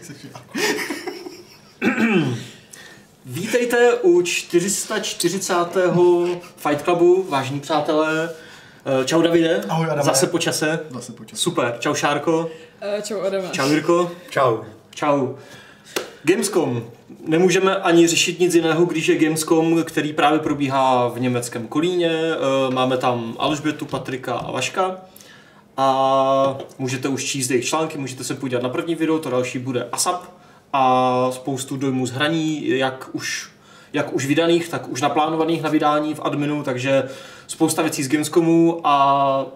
Vítejte u 440. Fight Clubu, vážení přátelé. Čau Davide. Ahoj Adame. Zase po čase. Super. Čau Šárko. Čau Adame. Čau Jirko. Čau. Čau. Gamescom. Nemůžeme ani řešit nic jiného, když je Gamescom, který právě probíhá v německém Kolíně. Máme tam Alžbětu, Patrika a Vaška. A můžete už číst jejich články, můžete se podívat na první video, to další bude ASAP. A spoustu dojmů z hraní, jak už vydaných, tak už naplánovaných na vydání v adminu, takže spousta věcí z Gamescomu a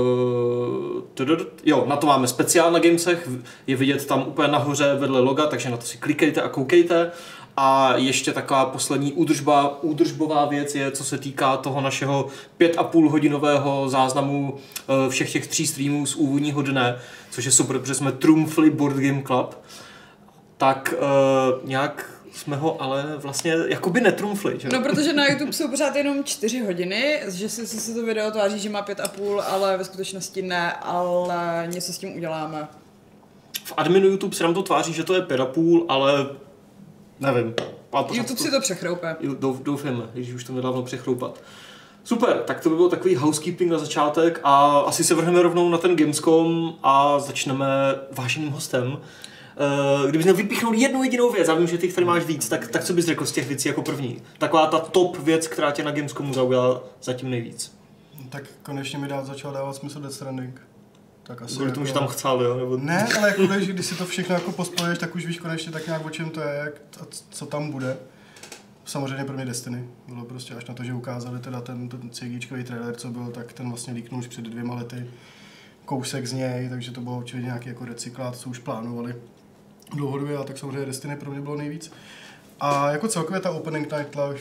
na to máme speciál na Gamesech, je vidět tam úplně nahoře vedle loga, takže na to si klikejte a koukejte. A ještě taková poslední údržbová věc je, co se týká toho našeho 5,5 hodinového záznamu všech těch 3 streamů z úvodního dne, což je super, protože jsme trumfli Board Game Club. Tak nějak jsme ho ale vlastně jakoby netrumfli, že? No, protože na YouTube jsou pořád jenom 4 hodiny, že si to video tváří, že má 5,5, ale ve skutečnosti ne, ale něco s tím uděláme. V adminu YouTube se nám to tváří, že to je 5,5, ale nevím. YouTube si to přechroupe. Doufáme, když už to nedávno přechroupat. Super, tak to by byl takový housekeeping na začátek a asi se vrhneme rovnou na ten Gamescom a začneme váženým hostem. Kdybys měl vypíchnout jednu jedinou věc, já vím, že ty tady máš víc, tak co bys řekl z těch věcí jako první? Taková ta top věc, která tě na Gamescomu zaujala zatím nejvíc. Tak konečně mi začal dávat smysl Death Stranding. Tak asi kvůli tomu, že tam chcel, jo? Nebo... Ne, ale jako když si to všechno jako pospoješ, tak už víš konečně tak nějak o čem to je a co tam bude. Samozřejmě pro mě Destiny. Bylo prostě až na to, že ukázali teda ten CGčkový trailer, co byl, tak ten vlastně líknul už před 2 lety. Kousek z něj, takže to bylo určitě nějaký jako recyklát, co už plánovali dlouhodobě, a tak samozřejmě Destiny pro mě bylo nejvíc. A jako celkově ta Opening Night Live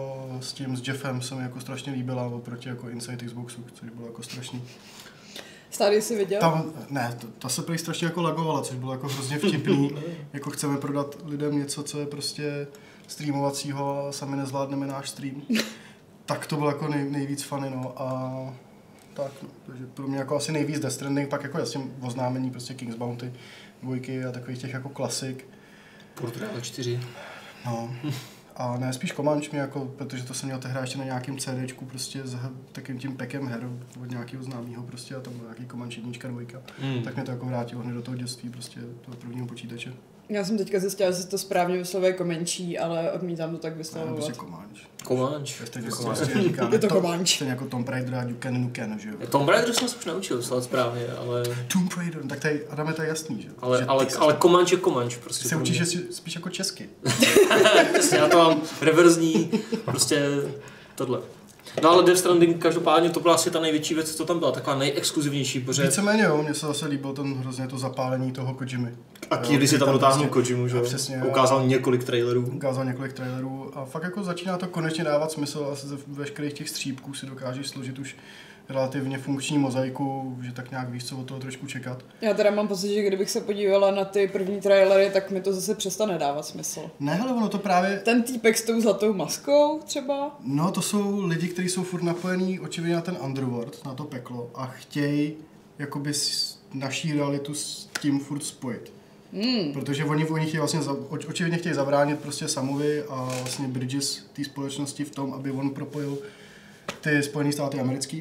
s Jeffem se mi jako strašně líbila oproti jako Inside Xboxu, což bylo jako strašný. Stále jsi viděl? Ta se prý strašně jako lagovala, což bylo jako hrozně vtipný. Jako chceme prodat lidem něco, co je prostě streamovacího a sami nezvládneme náš stream. Tak to bylo jako nejvíc funny, no, a tak, no. Takže pro mě jako asi nejvíc Death Stranding, pak jako jasně oznámení prostě King's Bounty, 2 a takových těch jako klasik. Portrait 4. No. A ne, spíš Comanche mě jako, protože to jsem měl tehdy ještě na nějakém CDčku prostě s takým tím pekem her od nějakého známého prostě a tam byl nějaký Comanche 1, 2. Tak mě to jako vrátilo hned do toho dětství prostě toho prvního počítače. Já jsem teďka zjistila, že se to správně vyslovuje Comanche, ale odmítám to tak vyslovovat. Prostě Comanche. Comanche. Je to Comanche. Stejně jako Tomb Raider a Duke Nukem, že jo? Tomb Raider jsem se už naučil slovat správně, ale... Tomb Raider, tak tady, Adame, to je jasný, že? Ale Comanche je Comanche prostě. Ty se učíš spíš jako česky. Přesně, já to mám reverzní, prostě tohle. No ale Death Stranding každopádně to byla asi ta největší věc, co tam byla, taková nejexkluzivnější, protože... Víceméně jo, mně se zase líbilo hrozně to zapálení toho Kojimy. A když si tam dotáhnul Kojimu, že jo? Ukázal několik trailerů a fakt jako začíná to konečně dávat smysl a ze veškerých těch střípků si dokážeš složit už relativně funkční mozaiku, že tak nějak víš, co od toho trošku čekat. Já teda mám pocit, že kdybych se podívala na ty první trailery, tak mi to zase přestane dávat smysl. Ne, hele, ono to právě... Ten týpek s tou zlatou maskou třeba? No, to jsou lidi, kteří jsou furt napojení očividně na ten underworld, na to peklo a chtějí jakoby naší realitu s tím furt spojit. Protože oni chtějí vlastně, očividně chtějí zabránit prostě Samovi a vlastně Bridges té společnosti v tom, aby on propojil ty Spojené státy americký.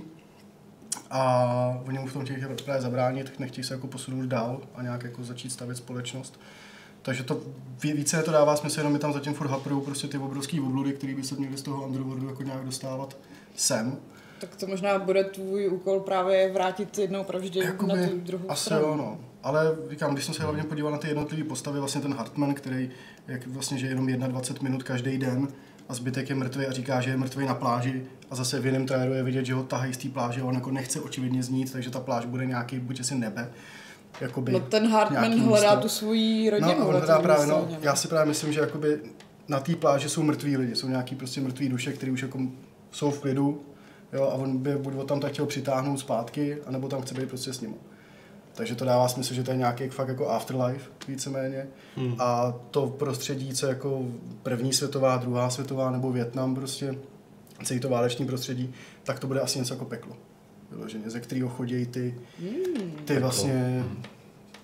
A oni mu v tom chtějí právě zabránit, nechtějí se jako posunout dál a nějak jako začít stavět společnost. Takže to více to dává smysl, jenom mi tam zatím furt haprujou prostě ty obrovský obludy, které by se měly z toho underworldu jako nějak dostávat sem. Tak to možná bude tvůj úkol právě vrátit jednou provždy na tu druhou stranu. Asi jo, no. Ale říkám, když jsem se hlavně podíval na ty jednotlivé postavy, vlastně ten Hartman, který jak vlastně, že jenom 21 minut každý den a zbytek je mrtvý a říká, že je mrtvý na pláži a zase v jiném traileru je vidět, že ho tahají z té pláže a on jako nechce očividně znít, takže ta pláž bude nějaký buď asi nebe. Jakoby no ten Hartman hledá tu svoji rodinu. No, on hledá právě, no, já si právě myslím, že jakoby na té pláži jsou mrtví lidi, jsou nějaký prostě mrtví duše, který už jako jsou v klidu, jo, a on by buď tam tak chtěl přitáhnout zpátky, anebo tam chce být prostě s ním. Takže to dává smysl, že to je nějaký fakt jako afterlife, víceméně. A to prostředí, co jako první světová, druhá světová nebo Vietnam prostě, celý to váleční prostředí, tak to bude asi něco jako peklo. Vyloženě, ze kterého chodí ty vlastně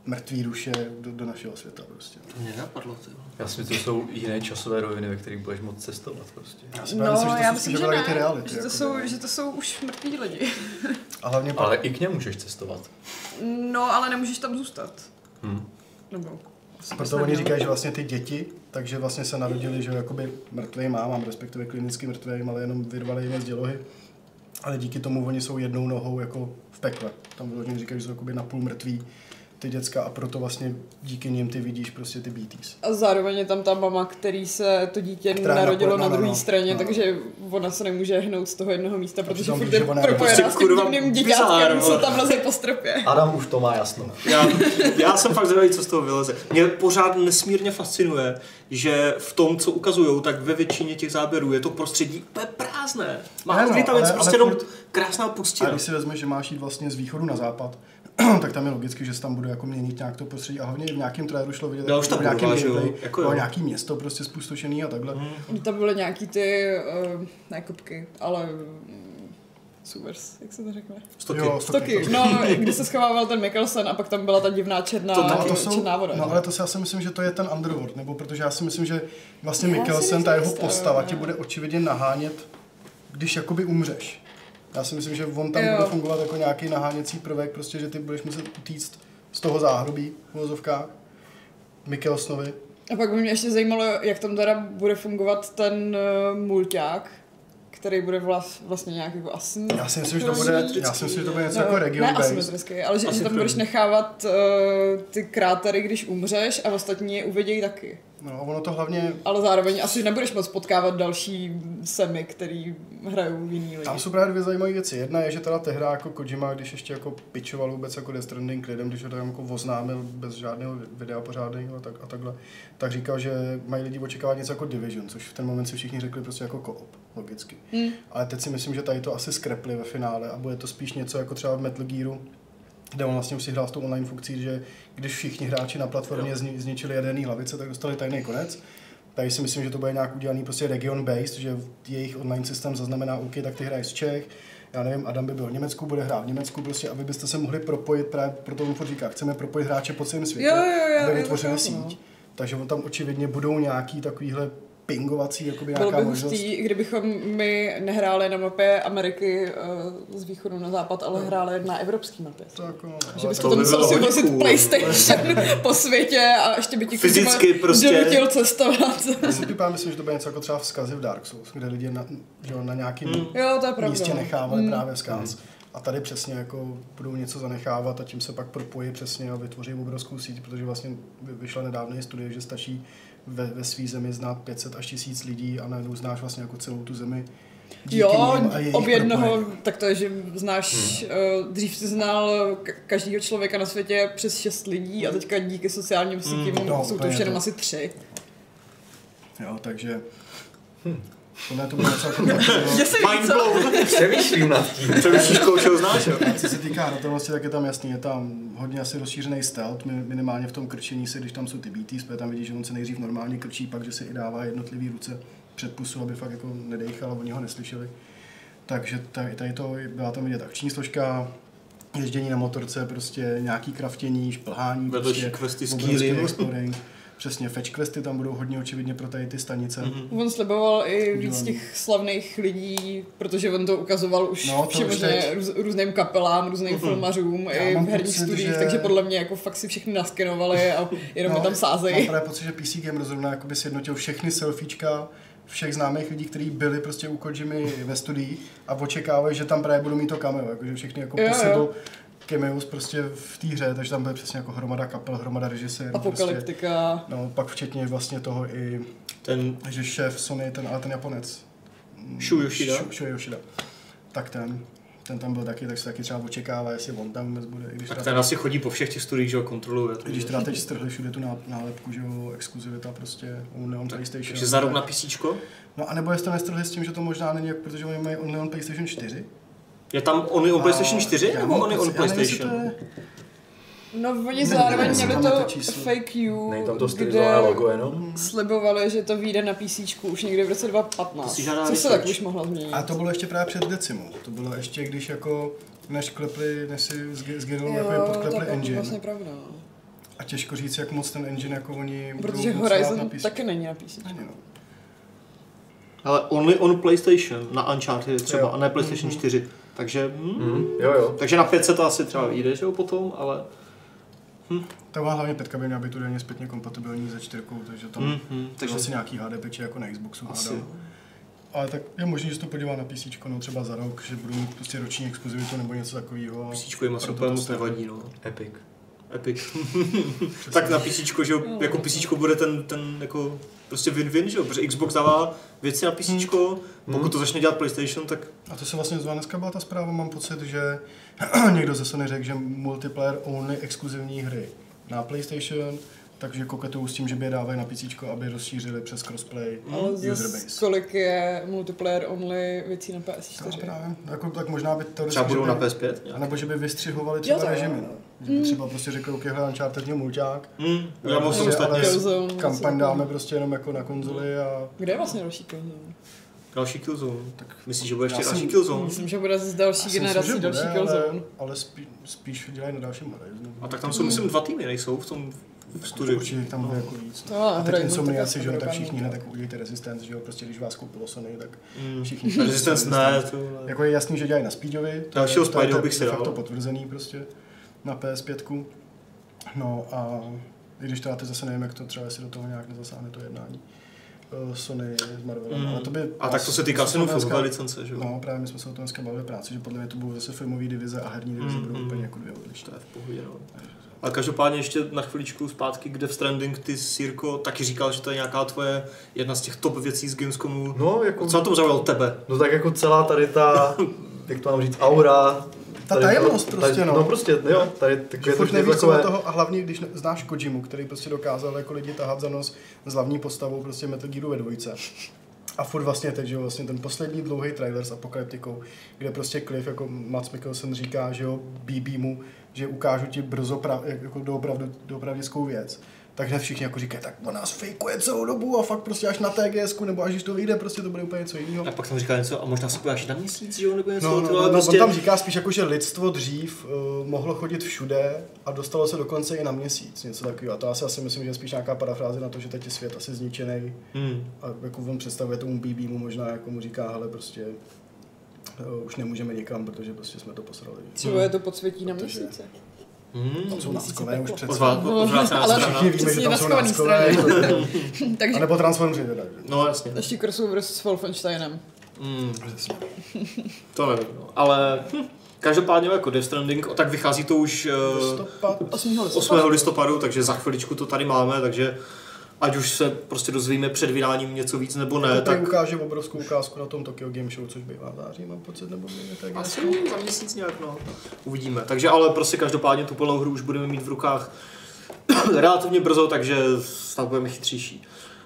mrtvý duše do našeho světa prostě. To mě napadlo, ty. Já si myslím, že to jsou jiné časové roviny, ve kterých budeš moc cestovat prostě. Já myslím, že ne, ty reality, že to jsou už mrtví lidi. A hlavně Ale i k němu můžeš cestovat. No, ale nemůžeš tam zůstat. Nebo... Proto oni říkají, že vlastně ty děti, takže vlastně se narodili, že jakoby mrtvej mám, respektive klinicky mrtvej, ale jenom vyrvali jiné z dělohy. Ale díky tomu oni jsou jednou nohou jako v pekle. Tam vyloženě říkají, že jsou jakoby napůl mrtví ty děcka a proto vlastně díky nim ty vidíš prostě ty BTs. A zároveň je tam ta mama, který se to dítě narodilo na druhé straně, takže ona se nemůže hnout z toho jednoho místa, protože furt je propojená s tím divným děťátkem, co tam leze po stropě. Adam už to má jasno. Já jsem fakt zvědavý, co z toho vyleze. Mě pořád nesmírně fascinuje, že v tom, co ukazujou, tak ve většině těch záběrů je to prostředí úplně prázdné. Má věc prostě jenom krásná pustina. A když si vezmeš, že máš jít vlastně z východu na západ, tak tam je logicky, že se tam bude jako měnit nějak to prostředí a hlavně v nějakém traileru šlo vidět jako nějakém gameplay, jako nějaký město prostě spustošený a takhle. Tam byly nějaký ty nákupky, ale Subers, jak se to řekne? Stoky. No, kdy se schovával ten Mikkelsen a pak tam byla ta divná černá voda. No ale to si já si myslím, že to je ten Underworld, nebo protože já si myslím, že vlastně Mikkelsen, ta jeho postava tě bude očividně nahánět, když jakoby umřeš. Já si myslím, že on tam bude fungovat jako nějaký naháněcí prvek, prostě, že ty budeš muset utíct z toho záhrobí v uvozovkách Mikkelsenovi. A pak by mě ještě zajímalo, jak tam teda bude fungovat ten mulťák, který bude vlastně nějak jako asymetrický. Já si myslím, že to bude něco jako region based. Ne asymetrický, ale že tam budeš nechávat ty krátery, když umřeš a ostatní je uvidějí taky. No, ono to hlavně... Ale zároveň asi nebudeš moc potkávat další semy, který hrajou jiný lidi. Tam jsou právě dvě zajímavé věci. Jedna je, že teda tehra jako Kojima, když ještě jako pitchoval vůbec jako Death Stranding lidem, když ho tam jako oznámil bez žádného videa pořádného a takhle, tak říkal, že mají lidi očekávat něco jako Division, což v ten moment si všichni řekli prostě jako co-op, logicky. Ale teď si myslím, že tady to asi skrepli ve finále a bude to spíš něco jako třeba v Metal Gearu, kde on vlastně už si hrál s tou online funkcí, že když všichni hráči na platformě zničili jaderný hlavice, tak dostali tajný konec. Tady si myslím, že to bude nějak udělaný prostě region based, že jejich online systém zaznamená, OK, tak ty hraješ z Čech, já nevím, Adam by byl v Německu, bude hrát v Německu, prostě, aby byste se mohli propojit, právě proto on furt říká, chceme propojit hráče po celém světě, aby vytvořili síť. Takže on tam očividně budou nějaký takovýhle pingovací, jakoby nějaká možnost. Bylo by hustý, kdybychom my nehráli na mapě Ameriky z východu na západ, ale hráli na evropský mapě. Že byste to musel si vozit PlayStation po světě a ještě by ti fyzicky prostě donutil cestovat. Já si myslím, že to bude něco jako třeba vzkazy v Dark Souls, kde lidi na nějakém místě nechávali právě vzkaz. A tady přesně jako budou něco zanechávat a tím se pak propojí přesně a vytvoří obrovskou síť, protože vlastně vyšla nedávné studie, že stačí ve své zemi znát 500 až 1000 lidí a najednou znáš vlastně jako celou tu zemi. Ob jednoho, tak to je, že znáš, dřív jsi znal každého člověka na světě přes 6 lidí a teďka díky sociálním sítím jsou to už jenom asi 3. Jo, takže... To bude něco jako mind blown. Přemýšlím nad tím. Přemýšlíš, koho všeho znáš, jo? Co se týká hratelnosti, tak je tam jasný, je tam hodně asi rozšířený stealth, minimálně v tom krčení si, když tam jsou ty BTs, protože tam vidíš, že on se nejdřív normálně krčí, pak že si i dává jednotlivý ruce před pusu, aby fakt jako nedejchal a oni ho neslyšeli. Takže tady to byla tam vidět akční složka, ježdění na motorce, prostě nějaký kraftění, šplhání, prostě questy skýry. Přesně, fetch questy tam budou hodně očividně pro tady ty stanice. On sliboval i víc těch slavných lidí, protože on to ukazoval už všemožně různým kapelám, různým filmařům i v herních studiích, takže podle mě jako fakt si všechny naskenovali a jenom je tam sázejí. Mám právě pocit, že PC Gamer zrovna jakoby sjednotil všechny selfiečka všech známých lidí, kteří byli prostě u Kojimy ve studii a očekávají, že tam právě budou mít to cameo, jakože všechny jako possible cameos prostě v té hře, takže tam bude přesně jako hromada kapel, hromada režisérů. Apokalyptika. Prostě, no, pak včetně vlastně toho i že šéf Sony, ten Japonec. Shuyoshida. Shuyoshida. Tak ten tam byl taky, tak se taky třeba očekává, jestli on tam vůbec bude. Tak ten asi chodí po všech těch studiích, že ho kontroluje. Když teda teď strhli všude tu nálepku, že jo, exkluzivita prostě on PlayStation. Takže za rok na PCčko? No a nebo jestli to nestrhli s tím, že to možná není, protože oni mají Only on PlayStation 4. Je tam Only on PlayStation 4 nebo Only on PlayStation? No oni zároveň měli to Fake You, kde slibovali, že to vyjde na PCčku už někdy v roce 2015, což se tak už mohlo změnit. A to bylo ještě právě před Decimou, to bylo ještě když jako než si s Geralem jako podklepli engine. To je vlastně pravda. A těžko říct, jak moc ten engine jako oni protože Horizon taky není na PC. Ale only on PlayStation, na Uncharted třeba, a ne PlayStation 4. Takže, takže na 5 to asi třeba vyjde, že jo, potom, ale... To má hlavně 5 by měla být denně zpětně kompatibilní se 4, takže tam takže asi nějaký HDP jako na Xboxu hádám. Ale tak je možný, že se to podívá na PC, no třeba za rok, že budu mít prostě roční exkluzivitu nebo něco takového. PC jim asi úplně moc nevadí, no. Epic. Tak na PC, že jo, jako PC bude ten jako prostě win-win, že jo, protože Xbox dává věci na PC, pokud to začne dělat PlayStation, tak... A to se vlastně dneska byla ta zpráva, mám pocit, že někdo ze Sony řekl, že multiplayer only exkluzivní hry na PlayStation, takže koketují s tím, že by je dávají na PC, aby rozšířili přes crossplay user base. Kolik je multiplayer only věcí na PS4? No, právě. Jako, tak možná by to... Třeba budou na PS5? A nebo že by vystřihovali třeba režimy. Že by třeba prostě řekli, OK, hele, Uncharted měl mulťák. Ale kampaň dáme prostě jenom jako na konzoli a... Kde je vlastně další konzol? Další Killzone. Tak myslíš, že bude ještě další Killzone? Myslím, že bude z další generací další Killzone. Ale spíš dělají na dalším Horizonu. A tak tam jsou, myslím, 2 týmy, nejsou v tom studiu. Určitě tam bude jako víc. A tak Insomniaci, že jo, tak všichni hned tak udělejte Resistance, že jo, prostě když vás koupilo Sony, tak všichni... Resistance ne, jako je jasný, že dělají na Speedovi. Dalšího Spideyho bych si dal. To je to potvrzený prostě na PS5. No a i když teda zase nevím, jak to třeba, jestli do toho nějak nezasáhne to jednání. Sony s Marvelem, ale to by... A tak to se týká filmové licence, že jo? No, právě my jsme se o tom dneska bavili v práci, že podle mě to budou zase filmové divize a herní divize budou úplně jako dvě odlišné. To je v pohodě, no. A každopádně ještě na chviličku zpátky k Death Stranding, ty Sirko taky říkal, že to je nějaká tvoje jedna z těch top věcí z Gamescomu. No, jako... Co na tom zaujalo tebe? No tak jako celá tady ta, jak to mám říct, aura. Ta tajemnost prostě, no. No prostě, jo, tady takové to nevíš takové... toho a hlavně, když znáš Kojimu, který prostě dokázal jako lidi tahat za nos s hlavní postavou prostě Metal Gearu ve 2. A furt vlastně teď, že jo, vlastně ten poslední dlouhý trailer s apokalyptikou, kde prostě Cliff, jako Mads Mikkelsen říká, že jo, BB mu, že ukážu ti brzo jako doopravdickou věc. Tak hned všichni jako říkají, tak on nás fejkuje celou dobu a fakt prostě až na TGS-ku, nebo až když to vyjde, prostě to bude úplně něco jiného. A pak tam říká něco, a možná se pojáš na měsíc, že jo, nebo něco. No, prostě... On tam říká spíš jako, že lidstvo dřív mohlo chodit všude a dostalo se dokonce i na měsíc, něco takového. A to asi myslím, že je spíš nějaká parafráze na to, že teď je svět asi zničený. A jako on představuje tomu BB-mu možná, jako mu říká, hele prostě už nemůžeme nikam, protože prostě jsme to posrali. Třeba je to podsvětí na měsíci. Tam jsou náckové už přece. Ale všichni víme, že tam jsou náckové. A nebo Transformeři teda. No jasně. Ještě crossover s Wolfensteinem. To nevím, no. Ale každopádně jako Death Stranding, tak vychází to už 8. listopadu, takže za chviličku to tady máme, takže ať už se prostě dozvíme před vydáním něco víc nebo ne, tak ukáže obrovskou ukázku na tom Tokyo Game Show, což bývá v září, mám pocit, nebo tak asi za měsíc nějak, no. Uvidíme. Takže ale prostě každopádně tu plnou hru už budeme mít v rukách relativně brzo, takže snad budeme chytřejší.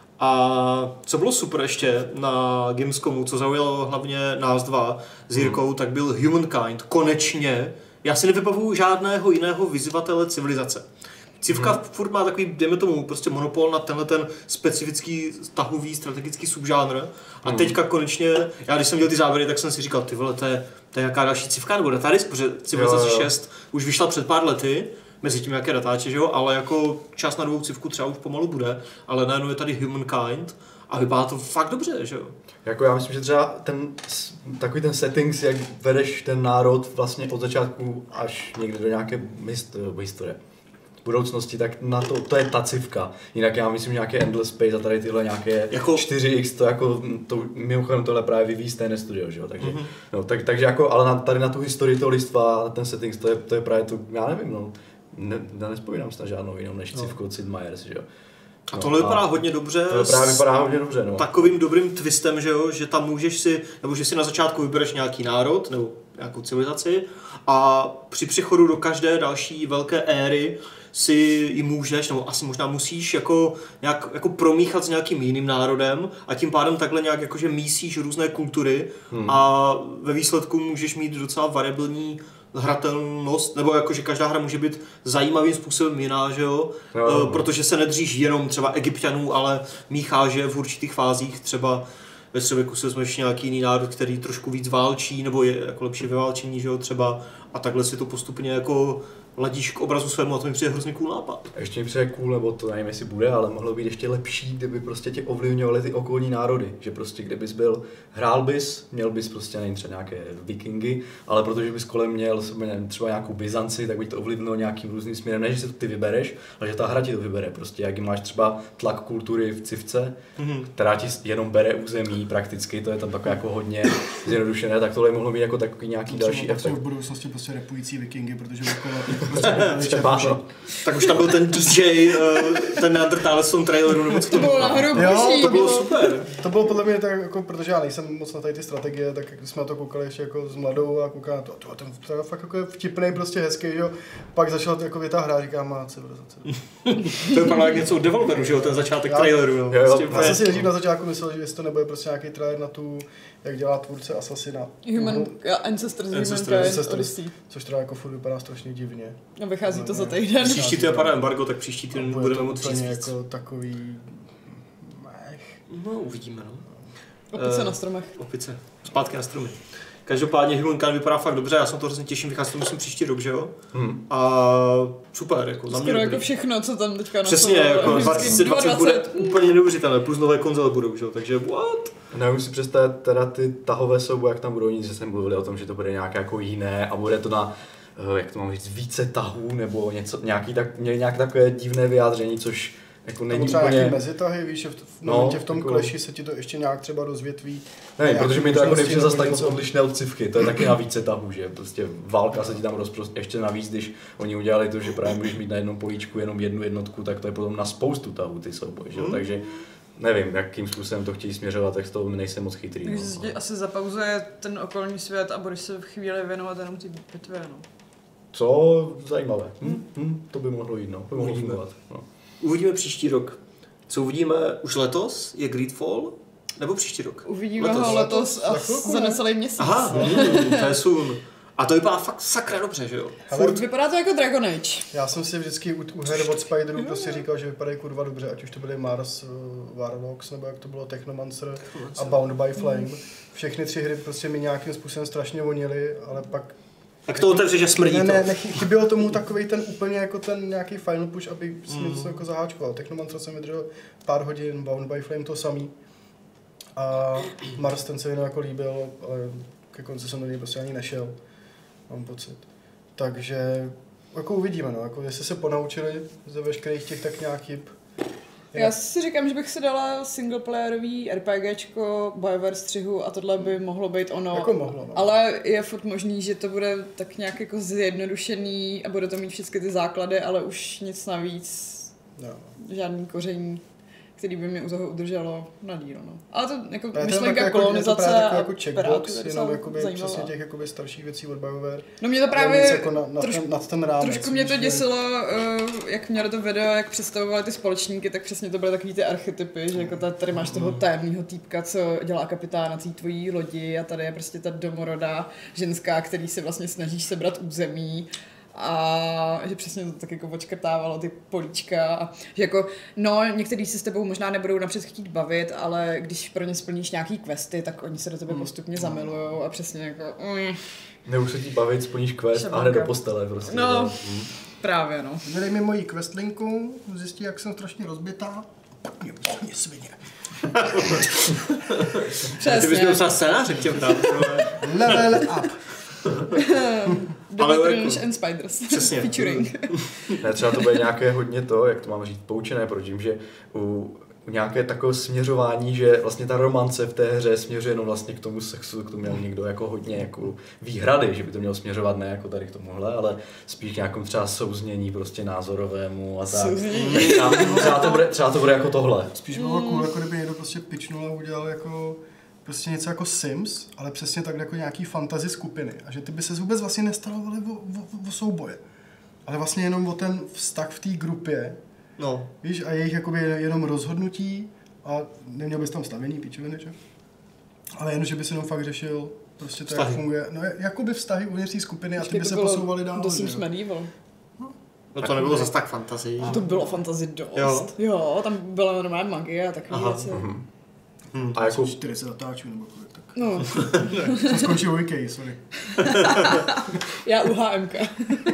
A co bylo super ještě na Gamescomu, co zaujalo hlavně nás dva s Jirkou, tak byl Humankind. Konečně. Já si nevybavuju žádného jiného vyzývatele civilizace. Civka furt má takový, dejme tomu, prostě monopol na tenhle ten specifický tahový strategický subžánr. A teďka konečně, já když jsem dělal ty závěry, tak jsem si říkal, ty vole, to je jaká další civka nebo datadisk, protože Civilizace 6 už vyšla před pár lety, mezi tím jaké datáče, že jo, ale jako čas na novou civku třeba už pomalu bude, ale najednou je tady Humankind a vypadá to fakt dobře, že jo. Jako já myslím, že třeba takový ten settings, jak vedeš ten národ vlastně od začátku až někde do nějaké historie. Budoucnosti, tak na to je ta civka. Jinak já myslím nějaké Endless Space a tady tyhle nějaké jako 4X, to jako, mimochodem tohle právě vyvíjí stejné studio, že jo, takže, no, takže jako, ale tady na tu historii toho lidstva, ten settings, to je právě to, já nevím, no, nespomínám se na žádnou jinou než civku od Sid Meier's, že jo. A tohle vypadá hodně dobře. To právě vypadá hodně dobře, no. Takovým dobrým twistem, že jo, že tam můžeš si, nebo že si na začátku vybereš nějaký národ, nebo nějakou civilizaci a při přechodu do každé další velké éry si ji můžeš, nebo asi možná musíš jako promíchat s nějakým jiným národem a tím pádem takhle nějak jakože mísíš různé kultury a ve výsledku můžeš mít docela variabilní hratelnost, nebo jakože každá hra může být zajímavým způsobem jiná, že jo? Protože se nedříš jenom třeba Egypťanů, ale mícháš je v určitých fázích, třeba ve středověku si vezmeš nějaký jiný národ, který trošku víc válčí, nebo je jako lepší ve válčení, že jo, třeba, a takhle si to postupně jako ladíš k obrazu svému a to mi přijde hrozně cool nápad. Ještě mi přijde cool, nebo to nevím, jestli bude, ale mohlo být ještě lepší, kdyby prostě tě ovlivňovaly ty okolní národy. Že prostě kdybys hrál bys, měl bys prostě nevím, třeba nějaké vikingy, ale protože bys kolem měl třeba nějakou Byzanci, tak by to ovlivnilo nějakým různým směrem, ne že si to ty vybereš, ale že ta hra ti to vybere. Prostě jak máš třeba tlak kultury v civce, která ti jenom bere území prakticky, to je tam takové jako hodně zjednodušené, tak tohle mohlo být jako takový nějaký další efekt. V budoucnosti prostě repující vikingy, protože třeba, no. Tak už tam byl ten DJ, ten Neanderthal z tom traileru, nebo co to bylo. To bylo super. To bylo podle mě tak, jako, protože já nejsem moc na tady ty strategie, tak jsme na to koukali ještě jako s mladou a koukali na to, ten fakt jako vtipnej, prostě hezký, jo. Pak začala jako ta hra, říkám, má civilizace. To je právě něco od Devolveru, že jo, ten začátek traileru. Jo. Já jsem si nejdřív na začátku myslel, že jestli to nebude prostě nějaký trailer na tu, jak dělá tvůrce Assassina. Ancestors Odyssey. Což teda jako furt vypadá strašně divně. A vychází to za týden. Příští týden padá embargo, tak příští týden budeme moct říct víc. Jako takový... No, uvidíme, no. Opice na stromech. Opice. Zpátky na stromy. Každopádně Humankind vypadá fakt dobře, já se to hrozně těším, vychází to myslím příští rok, že jo? A super, jako za mě skoro jako všechno, co tam teďka přesně, jako 2020 bude úplně neuvěřitelné, plus nové konzole budou, že jo, takže what? Nevím si představit teda ty tahové souboje, jak tam budou, nic, že jsme mluvili o tom, že to bude nějaké jako jiné a bude to na, jak to mám říct, více tahů nebo něco, nějak takové divné vyjádření, což jako není třeba úplně... nějaký mezitahy, víš, v tom kleši se ti to ještě nějak třeba rozvětví. Ne, protože mi to jako nepřijde zase tak moc odlišné od civky, to je taky na více tahů, že prostě válka se ti tam ještě navíc, když oni udělali to, že právě můžeš mít na jednom políčku jenom jednu jednotku, tak to je potom na spoustu tahů ty souboje, že jo, takže nevím, jakým způsobem to chtějí směřovat, tak z toho nejsem moc chytrý. Takže se asi zapauzuje ten okolní svět a budeš se v chvíli věnovat jenom ty bitvě, no. Co zajímavé, to by mohlo jít, no, by mohlo fungovat, no. Uvidíme příští rok. Co uvidíme už letos? Je Greedfall? Nebo příští rok? Uvidíme ho letos a za necelý měsíc. Aha, to je soon. A to vypadá fakt sakra dobře, že jo? Furt vypadá to jako Dragon Age. Já jsem si vždycky u her od Spiderů prostě říkal, že vypadají kurva dobře, ať už to byly Mars, Warlocks, nebo jak to bylo Technomancer a Bound by Flame. Všechny 3 hry prostě mi nějakým způsobem strašně vonily, ale pak... Tak to otevře, že smrdí to. Ne, chybělo tomu takovej ten úplně jako ten nějaký final push, aby si něco jako zaháčkoval. Technomancer jsem vydržel pár hodin, Bound by Flame to samý. A Mars ten se jenom jako líbil, ale ke konci jsem do něj prostě ani nešel. Mám pocit. Takže jako uvidíme, no, jako jestli se ponaučili ze veškerých těch tak nějak chyb. Já si říkám, že bych si dala singleplayerový RPGčko, BioWare střihu a tohle by mohlo být ono. Jako mohlo, no. Ale je furt možný, že to bude tak nějak jako zjednodušený a bude to mít všechny ty základy, ale už nic navíc, No. žádný koření, který by mě u toho udrželo na díl, no. Ale to jako Ale myšlenka jako, kolonizace jako checkbox, jenom jakoby přesně těch jakoby starších věcí od BioWare. No mě to právě jako nad ten rámec. Trošku mě to děsilo, jak měli to video, jak představovali ty společníky, tak přesně to byly takový ty archetypy, že jako tady máš toho tajemného týpka, co dělá kapitána té tvojí lodi a tady je prostě ta domorodá ženská, který se vlastně snažíš sebrat území. A že přesně to tak jako odškrtávalo ty políčka a že jako, no některý si s tebou možná nebudou napřed chtít bavit, ale když pro ně splníš nějaký questy, tak oni se do tebe postupně zamilujou a přesně jako Nebudu se ti bavit, splníš quest a hned do postele prostě. No, právě no. Dej mi moji questlinku, zjistí, jak jsem strašně rozbitá, pak mě bohně svině. Přesně. Ty bys měl psát scénáře k těm tam. Level up. The Veterans and Spiders. Přesně. Featuring. Ne, třeba to bude nějaké hodně to, jak to mám říct, poučené, protože že u nějaké takové směřování, že vlastně ta romance v té hře směřuje jenom vlastně k tomu sexu, k tomu měl někdo jako hodně jako výhrady, že by to mělo směřovat ne jako tady k tomuhle, ale spíš nějakou třeba souznění prostě názorovému a tak. Třeba to bude jako tohle. Spíš bylo cool, jako kdyby někdo prostě pitchnul a udělal jako prostě něco jako Sims, ale přesně tak jako nějaký fantasy skupiny. A že ty by se vůbec vlastně nestarovaly o souboje. Ale vlastně jenom o ten vztah v té grupě. No. Víš, a jejich jakoby jenom rozhodnutí a neměl bys tam stavění, píčoviny, že? Ale jenom, že bys jenom fakt řešil prostě to, vztahy. Jak funguje. No, jakoby vztahy uvnitř té skupiny a ty by se posouvaly dál. To Sims Medieval. No to nebylo zase tak fantasy. To bylo fantasy dost. Jo, tam byla normální magie a takové věci. A jako 40 zatáčů nebo kolik tak. No. Jsem skončil u IKEA, sorry. Já u HMK.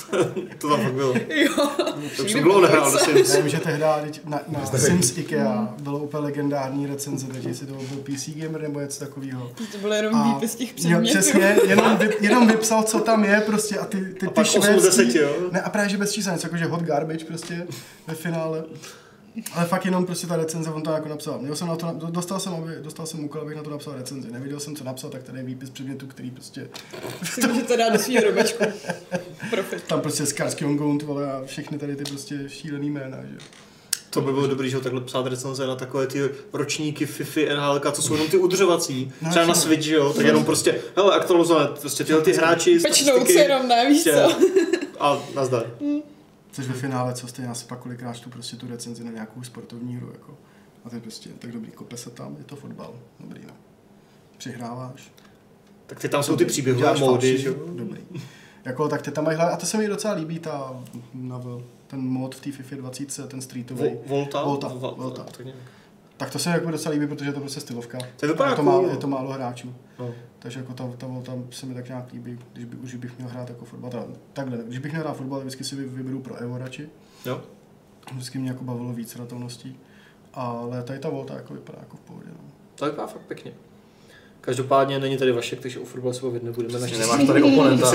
To tam fakt bylo. Jo. To už bylo nehrál do Sims. Já vím, že tehdy na Sims IKEA bylo úplně legendární recenze, takže jestli to byl PC Gamer nebo něco takového. To bylo jenom výpis těch předmětů. Přesně, jenom vypsal, co tam je prostě a ty švédský... Ne, a právě že bez čísel, něco jakože hot garbage prostě ve finále. Ale fakt jenom prostě ta recenze, on to jako napsal. Dostal jsem úkol, abych na to napsal recenzi. Nevěděl jsem, co napsal, tak tady je výpis předmětu, který prostě... Si můžete dát do svýho robečku. Profit. Tam prostě Skarsky on Gaunt, vole, a všechny tady ty prostě šílený jména, že? To by bylo dobrý, že takhle psát recenze na takové ty ročníky FIFA, NHL, co jsou jenom ty udržovací, třeba na Switch, jo, tak jenom prostě, hele, aktualizovat, prostě tyhle ty hráči, pečnout si jenom, ne, víš co? A nazdar. Což ve finále, co stejně asi pak kolikrát čtu prostě tu recenzi na nějakou sportovní hru, jako. A to je prostě tak dobrý, kope se tam, je to fotbal, dobrý, no. Přihráváš. Tak ty tam jsou ty příběhové módy, že jo? Dobrý. Jako, tak ty tam mají a to se mi docela líbí, ten mod v té FIFA 20, ten streetový. Volta. Tak to se mi jako docela líbí, protože je to prostě stylovka. Je to málo hráčů. No. Takže jako ta Volta se mi tak nějak líbí, už bych měl hrát jako fotbal. Takhle, když bych měl hrát fotbal, vždycky si vyberu pro Evo radši. Jo. Vždycky mě jako bavilo víc hratelností. Ale tady ta Volta jako vypadá jako v pohodě. No. To vypadá fakt pěkně. Každopádně není tady Vašek, takže o fotbale se bavit nebudeme. Nemáš tady oponenta.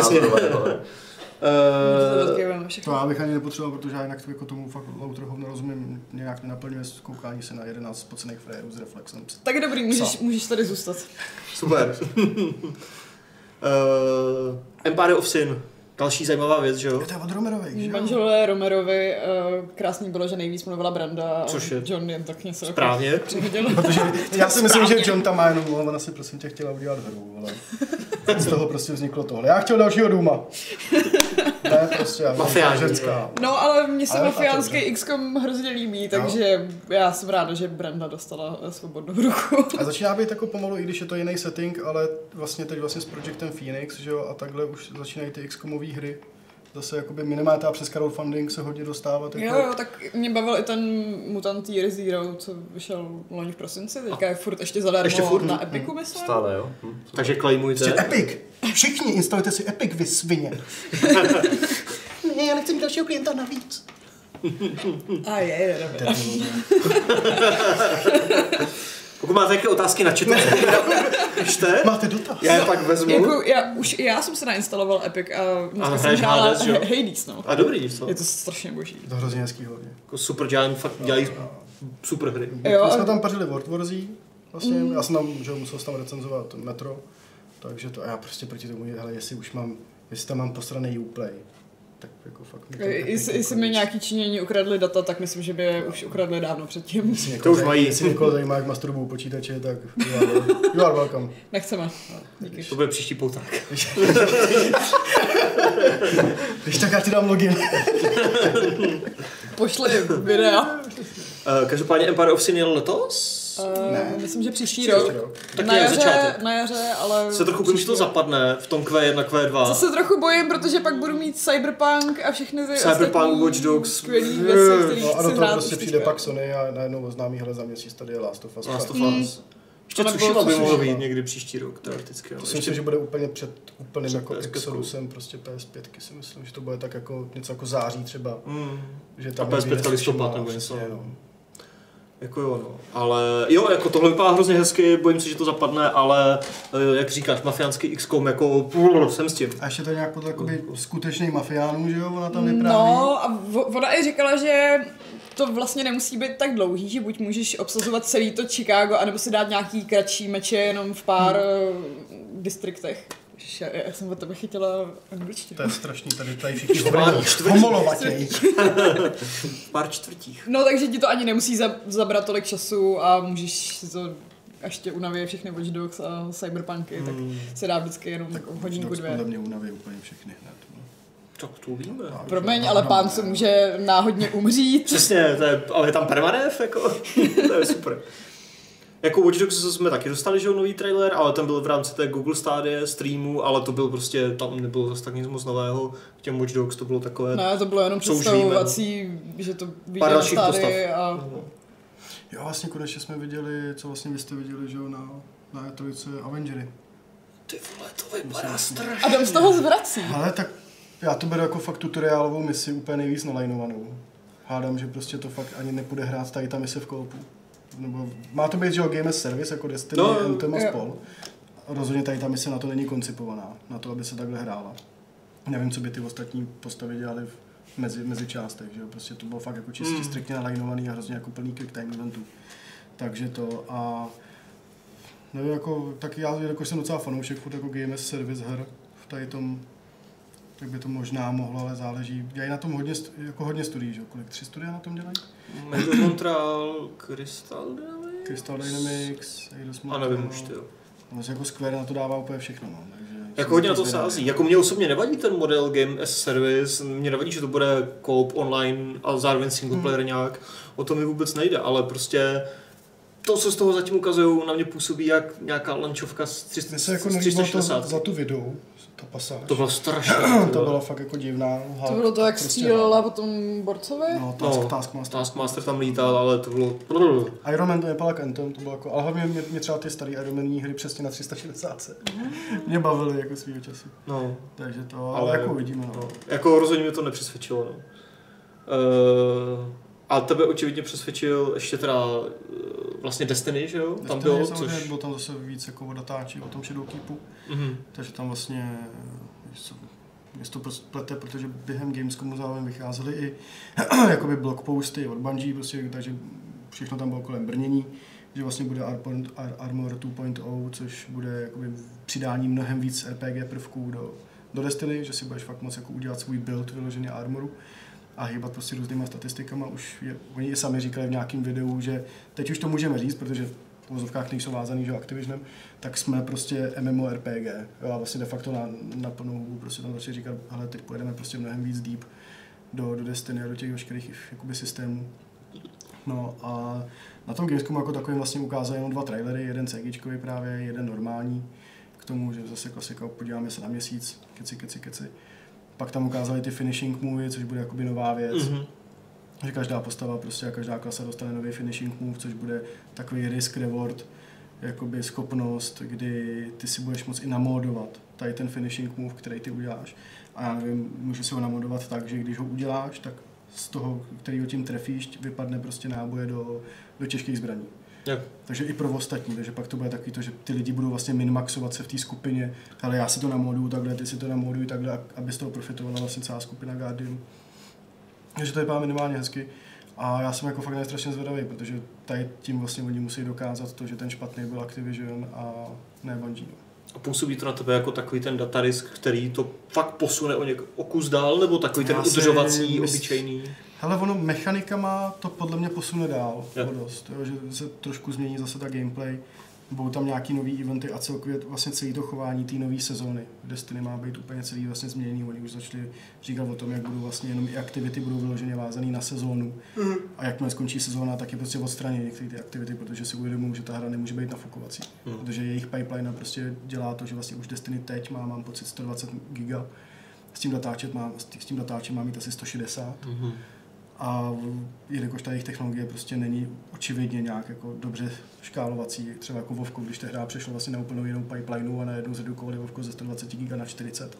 To já bych ani nepotřeboval, protože já jinak jako tomu fakt loutrohov nerozumím, nějak nenaplňuje koukání se na 11 spocených frérů s reflexem. Tak dobrý, můžeš tady zůstat. Super. Empire of Sin. Další zajímavá věc, že jo? To je od Romerovi, že? Manželé Romerovi, krásný bylo, že nejvíc mluvila Branda což je John jen tak něco správně. Přehodil. Protože já si myslím, že John tam má jenom, ona si prosím tě chtěla udělat hru, ale z toho prostě vzniklo tohle. Já chtěl dalšího Duma. Ne, prostě mafiánská. No, ale mně se mafiánský XCOM hrozně líbí, takže já jsem ráda, že Branda dostala svobodnou ruku. A začíná být jako pomalu, i když je to jiný setting, ale vlastně teď vlastně s Projectem Phoenix, že jo, a takhle už začínají ty XCOMové hry. Zase jakoby minimálně přes crowdfunding se hodně dostávat. Jako... Jo, tak mě bavil i ten Mutant Year Zero, co vyšel loni v prosinci, teďka je furt ještě zadarmo na Epiku, myslím. Stále, jo. Takže claimujte. Epic! Všichni instalujte si Epic, vy svině. Ne, já nechci mít dalšího klienta navíc. A je, Pokud máte nějaké otázky na chatu, pište. Máte dotaz. Já je pak vezmu. Jako, já jsem se nainstaloval Epic a dneska jsem hrála Hades, no. A dobrý, co? Je to strašně boží. To hrozně hezký hlavně. Jako Super Giant fakt dělají super hry. Jo, my jsme tam pařili World Warzí, vlastně. Já jsem tam, že musel tam recenzovat Metro, takže to a já prostě proti tomu, hele, jestli tam mám posraný Uplay. Tak jako fakt... Jestli mi nějaký Číňani ukradli data, tak myslím, že by je už ukradli dávno předtím. To už mají. Jestli někoho zajímá, jak masturbují počítače, tak you are welcome. Nechceme. Díky. To bude příští pouták. Když tak já ti dám login. Pošli videa. Každopádně Empire of Sin jel letos? Ne. Myslím, že příští rok. Tak na jaře, ale... Se trochu bojím, že to zapadne v tom Q1, Q2. Co se trochu bojím, protože pak budu mít Cyberpunk a všechny ty Cyberpunk, Watch Dogs, skvělý věci, který a do toho prostě přijde pak Sony a najednou oznámí, hele, za měsíc tady je Last of Us. Ještě Tsushima by mohlo být někdy příští rok, teoreticky. To si myslím, že bude úplně před úplným jako Exodusem prostě PS5 si myslím, že to bude tak jako něco jako září třeba. Že tam a PS5 listopad nebo něco. Jako jo, no. Ale jo, jako tohle vypadá hrozně hezky, bojím se, že to zapadne, ale jak říkáš, mafiánský XCOM, jako jsem s tím. A ještě to nějak podle jakoby skutečný mafiánů, že jo, ona tam vypráví. No a ona i říkala, že to vlastně nemusí být tak dlouhý, že buď můžeš obsazovat celý to Chicago, anebo si dát nějaký kratší meče jenom v pár distriktech. Já jsem od tebe chytila angličtinu. To je strašný, tady všichni homolovatěj. V pár čtvrtích. No takže ti to ani nemusí zabrat tolik času a můžeš si to, až tě unaví všechny Watch Dogs a Cyberpunky, tak se dá vždycky jenom tak hodinku, dvě. Podle mě unaví úplně všechny hned. Tak to víme. Promiň, ale pán se může náhodně umřít. Přesně, ale je tam permadev, jako, to je super. Jako Watch Dogs jsme taky dostali, že nový trailer, ale ten byl v rámci té Google Stadia streamu, ale to byl prostě, tam nebylo zase tak nic moc nového, k těm Watch Dogs to bylo takové... Ne, to bylo jenom představovací, že to viděli na Stadii a... Jo, vlastně konečně jsme viděli, co vlastně vy jste viděli, že jo, na E3 Avengery. Ty vole, to vypadá strašně. Adam z toho zvrací. Ale tak Já to beru jako fakt tutoriálovou misi úplně nejvíc nalajnovanou. Hádám, že prostě to fakt ani nepůjde hrát tady ta mise v koopu. Nebo má to být, že Game as Service, jako Destiny, Anthem a spol. Rozhodně tady ta mise na to není koncipovaná, na to, aby se takhle hrála. Nevím, co by ty ostatní postavy dělali mezi částech, že jo, prostě to bylo fakt jako čistě striktně nalajnovaný a hrozně jako plný quick time eventů. Takže to a nevím, jako, tak já jako jsem docela fanoušek furt jako Game as Service her v tady tom, tak by to možná mohlo, ale záleží. Dělají na tom hodně studií, že jo, kolik 3 studia na tom dělají? Major Montreal, Crystal Dynamics, Eidos a nevím už ty jo. Vlastně jako Square na to dává úplně všechno, no, takže... Jako hodně na to sází. Jako mě osobně nevadí ten model Game as Service, mě nevadí, že to bude co-op online a zároveň single player nějak, o to mi vůbec nejde, ale prostě to, co z toho zatím ukazují, na mě působí jak nějaká lančovka z 360. Za tu videu, ta pasáž. To bylo strašně. To bylo fakt jako divná. To bylo to, jak prostě střílela potom borcovi? No, Taskmaster tam lítal, ale to bylo... Iron Man to nebylo jak Anthem, to bylo jako... Ale hlavně mě třeba ty staré Iron Manní hry přesně na 360. Mě bavily jako svýho času. No. Takže to, ale jako uvidíme. No. Jako rozhodně mě to nepřesvědčilo, no. A tebe očividně přesvědčil ještě teda vlastně Destiny, že jo? Tam bylo, což... Bylo tam zase víc jako o datáči, o tom Shadowkeepu. Takže tam vlastně mě to plete, protože během Gamescomu zároveň vycházely i jakoby blogposty od Bungie, prostě, takže všechno tam bylo kolem brnění, že vlastně bude Armor 2.0, což bude jakoby přidání mnohem víc RPG prvků do Destiny, že si budeš fakt moc jako udělat svůj build vyloženě Armoru a hýbat prostě různýma statistikama. Oni i sami říkali v nějakém videu, že teď už to můžeme říct, protože v uvozovkách nejsou vázaný, že Activisionem, tak jsme prostě MMORPG. Jo, a vlastně de facto na plnou hubu prostě tam začali říkat, ale teď pojedeme prostě mnohem víc deep do Destiny a do těch veškerých jakoby systémů. No a na tom Gamescomu jako takovým vlastně ukázali jenom 2 trailery, jeden CGčkový právě, jeden normální, k tomu, že zase klasika, podíváme se na měsíc, keci. Pak tam ukázali ty finishing movie, což bude jakoby nová věc. Že každá postava prostě a každá klasa dostane nový finishing move, což bude takový risk reward, jakoby schopnost, kdy ty si budeš moct i namodovat tady ten finishing move, který ty uděláš. A já nevím, můžeš si ho namodovat tak, že když ho uděláš, tak z toho, kterýho tím trefíš, vypadne prostě náboje do těžkých zbraní. Yep. Takže i pro ostatní, takže pak to bude takový to, že ty lidi budou vlastně minimaxovat se v té skupině, ale já si to namoduju takhle, ty si to namoduj takhle, aby z toho profitovala vlastně celá skupina Guardian. Takže to vypadá minimálně hezky a já jsem jako fakt strašně zvědavý, protože tady tím vlastně oni musí dokázat to, že ten špatný byl Activision a ne Bungie. A působí to na tebe jako takový ten datadisk, který to fakt posune o kus dál, nebo takový ten udržovací, obyčejný? Hele, ono mechanikama to podle mě posune dál, dost, jo, že se trošku změní zase ta gameplay, budou tam nějaký nový eventy a celkově vlastně celé to chování té nové sezóny. Destiny má být úplně celý vlastně změněný, oni už začali říkat o tom, jak budou vlastně jenom i aktivity budou vyloženě vázaný na sezónu. A jakmile skončí sezóna, tak je prostě odstranění některé ty aktivity, protože si uvědomují, že ta hra nemůže být nafukovací. Protože jejich pipeline prostě dělá to, že vlastně už Destiny teď mám pocit 120 giga, s tím datáčem mám mít asi 160. A jelikož ta jejich technologie prostě není očividně nějak jako dobře škálovací, třeba jako Vovko, když ta hra přešla vlastně na úplně jinou pipelineu a najednou zredukovali Vovko ze 120 GB na 40.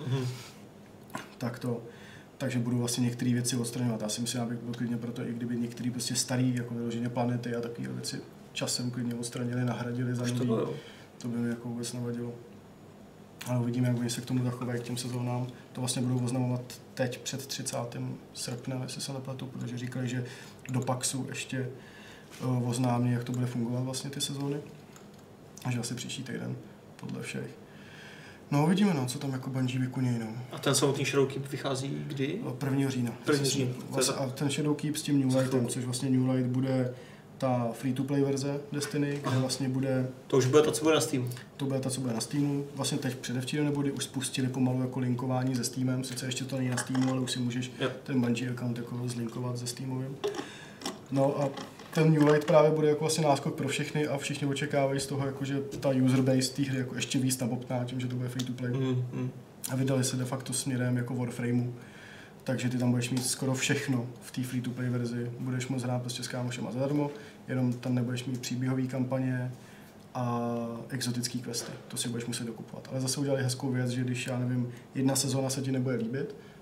Takže budou vlastně některé věci odstraňovat. Já si myslím, abych byl klidně proto, i kdyby některé prostě staré, jako vyloženě planety a takové věci časem klidně odstranili, nahradili za nový. To by mi jako vůbec nevadilo. Ale uvidíme, jak oni se k tomu zachovají, k těm sezónám. To vlastně budou oznamovat teď před 30. srpnem, jestli se nepletu, protože říkali, že do PAXu ještě oznámí, jak to bude fungovat vlastně ty sezóny. A že asi příští týden, podle všech. No uvidíme, no, co tam jako Bungie vykonějí. No. A ten samotný Shadowkeep vychází kdy? 1. října. A ten Shadowkeep s tím New Lightem, což vlastně New Light bude ta free-to-play verze Destiny, kde vlastně bude... To už bude ta, co bude na Steamu. To bude ta, co bude na Steamu. Vlastně teď předevčírem nebo kdy už spustili pomalu jako linkování se Steamem, sice ještě to není na Steamu, ale už si můžeš ten Bungie account jako zlinkovat se Steamovým. No a ten New Light právě bude jako vlastně náskok pro všechny a všichni očekávají z toho, jako, že ta user base té hry jako ještě víc nabobtná tím, že to bude free-to-play. A vydali se de facto směrem jako Warframeu. Takže ty tam budeš mít skoro všechno v té free-to-play verzi. Budeš moct hrát prostě s kámošema zadarmo, jenom tam nebudeš mít příběhové kampaně a exotické questy. To si budeš muset dokupovat. Ale zase udělali hezkou věc, že když, já nevím, jedna sezóna se ti nebude líbit,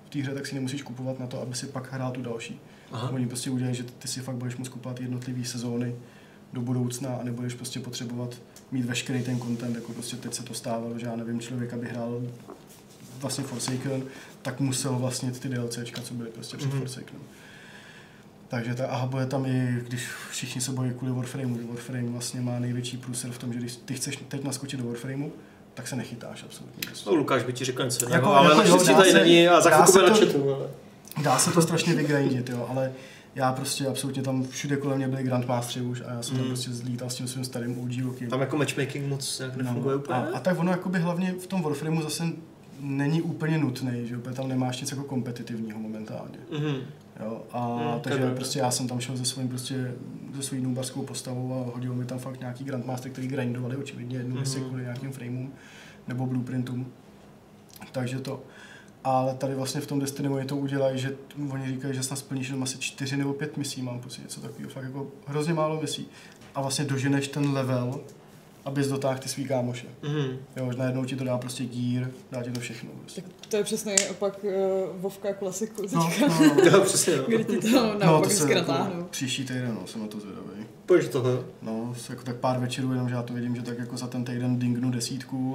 v té hře, tak si nemusíš kupovat na to, aby si pak hrál tu další. Aha. Oni prostě udělají, že ty si fakt budeš moct kupovat jednotlivé sezóny do budoucna a nebudeš prostě potřebovat mít veškerý ten content, jako prostě teď se to stávalo, že já nevím, člověk, aby hrál vlastně Forsaken, tak musel vlastně ty DLCčka, co byly prostě před Forsakenem. Takže bude tam i, když všichni se bojí kvůli Warframeu, že Warframe vlastně má největší průser v tom, že když ty chceš teď naskočit do Warframeu, tak se nechytáš absolutně. No, Lukáš by ti řekl něco, jako, ale naštěstí tady není a za chvilku bude na chatu. Dá se to strašně vygrindit, jo, ale já prostě absolutně tam všude kolem mě byli Grandmastery už a já jsem tam prostě zlítal s tím svým starým OG lokem. Tam jako matchmaking moc nějak nefunguje úplně? A tak ono jakoby hlavně v tom Warframeu zase není úplně nutný, že úplně tam nemáš nic jako kompetitivního momentálně. Jo, takže prostě já jsem tam šel se svojí noobarskou postavou a hodil mi tam fakt nějaký Grandmaster, který grindovali očividně jednu misi kvůli nějakým frameům nebo blueprintům. Takže to. Ale tady vlastně v tom Destiny oni to udělají, že oni říkají, že snad splníš jenom asi 4 nebo 5 misí, mám pocit, něco takového, fakt jako hrozně málo misí. A vlastně doženeš ten level, abys dotáhl ty svý kámoše. Jo, že najednou ti to dá prostě gear, dá ti to všechno. Prostě. Tak to je přesně opak Vovka klasiku. No, přesně. Kdy ti to naopak vždycky natáhnou. Příští týden, jsem na to zvědavý. Pojď toho. No, jako tak pár večerů, jenom že já to vidím, že tak jako za ten týden dingnu 10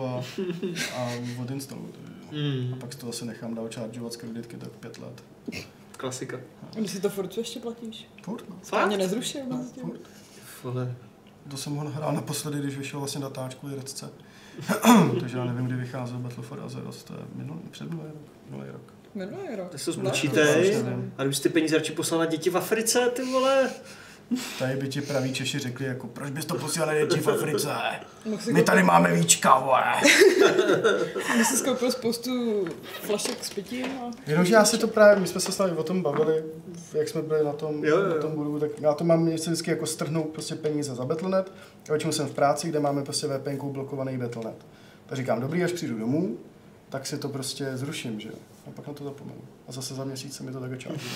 a odinstaluju to. A pak to zase nechám dál chargeovat z kreditky tak 5 let. Klasika. A když si to furt ještě platíš? Furt, no. To mě nezrušil. No, furt. To jsem ho hrál naposledy, když vyšel vlastně datáčku Lirecce. Takže já nevím, kdy vycházel Battle for Azeroth, to je minulý rok. Minulý rok. Tak se zmučítej. A kdybyste peníze radši poslal na děti v Africe, ty vole. Tady by ti praví Češi řekli, jako, proč bys to posílal na děti v Africe? My tady máme víčka, vole. My jsi skoupil spoustu flašek s pitím. Jenomže já si to právě, my jsme se s námi o tom bavili, jak jsme byli na tom bodu, tak já to mám vždycky jako strhnout prostě peníze za Battle.net. A většinou jsem v práci, kde máme prostě VPNkou blokovaný Battle.net. Tak říkám, dobrý, až přijdu domů, tak si to prostě zruším, že jo. A pak na to zapomenu. A zase za měsíc se mi to tak čáží.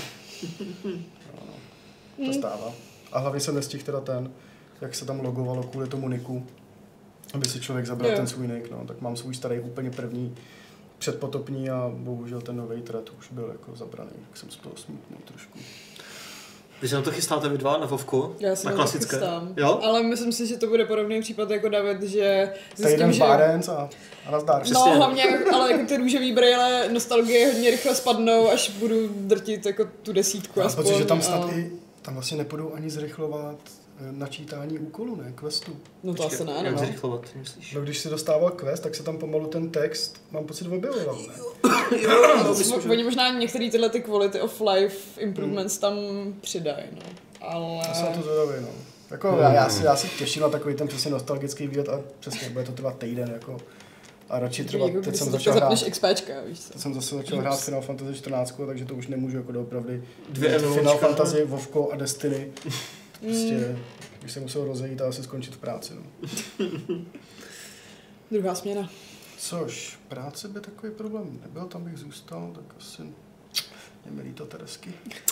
To stává. A hlavně jsem nestihl teda jak se tam logovalo kvůli tomu niku, aby si člověk zabral ten svůj nick, no. Tak mám svůj starý úplně první předpotopní a bohužel ten nový thread už byl jako zabraný, tak jsem z toho smutný trošku. Vy se na to chystáte vy dva na Vovku? Já se na klasické? Jo? Ale myslím si, že to bude podobný případ jako David, že zjistím, že... Bárens a nazdar. No hlavně, ale jako ty růžový brýle nostalgie hodně rychle spadnou, až budu drtit jako tu 10 aspoň. Protože tam snad tam vlastně nepůjdou ani zrychlovat načítání úkolů, ne? Questu. No to asi ne, jak zrychlovat, myslíš? No když si dostával quest, tak se tam pomalu ten text, mám pocit, objevoval, ne? Oni možná některé tyhle ty quality of life improvements tam přidají, no. Ale... Já jsem na to zvědavý, no. Jako já si těším na takový ten přesně nostalgický výlet a přesně bude to trvat týden, jako. A radši třeba, jako, teď jsem začal hrát, XPčka, víš co? Teď jsem zase začal hrát Final Fantasy 14, takže to už nemůžu jako doopravdy. Dvě Final Fantasy, Vovko a Destiny. Prostě, když jsem musel rozejít a asi skončit v práci, no. Druhá směna. Což, práce by takový problém nebyl, tam bych zůstal, tak asi je mi líto Teresky.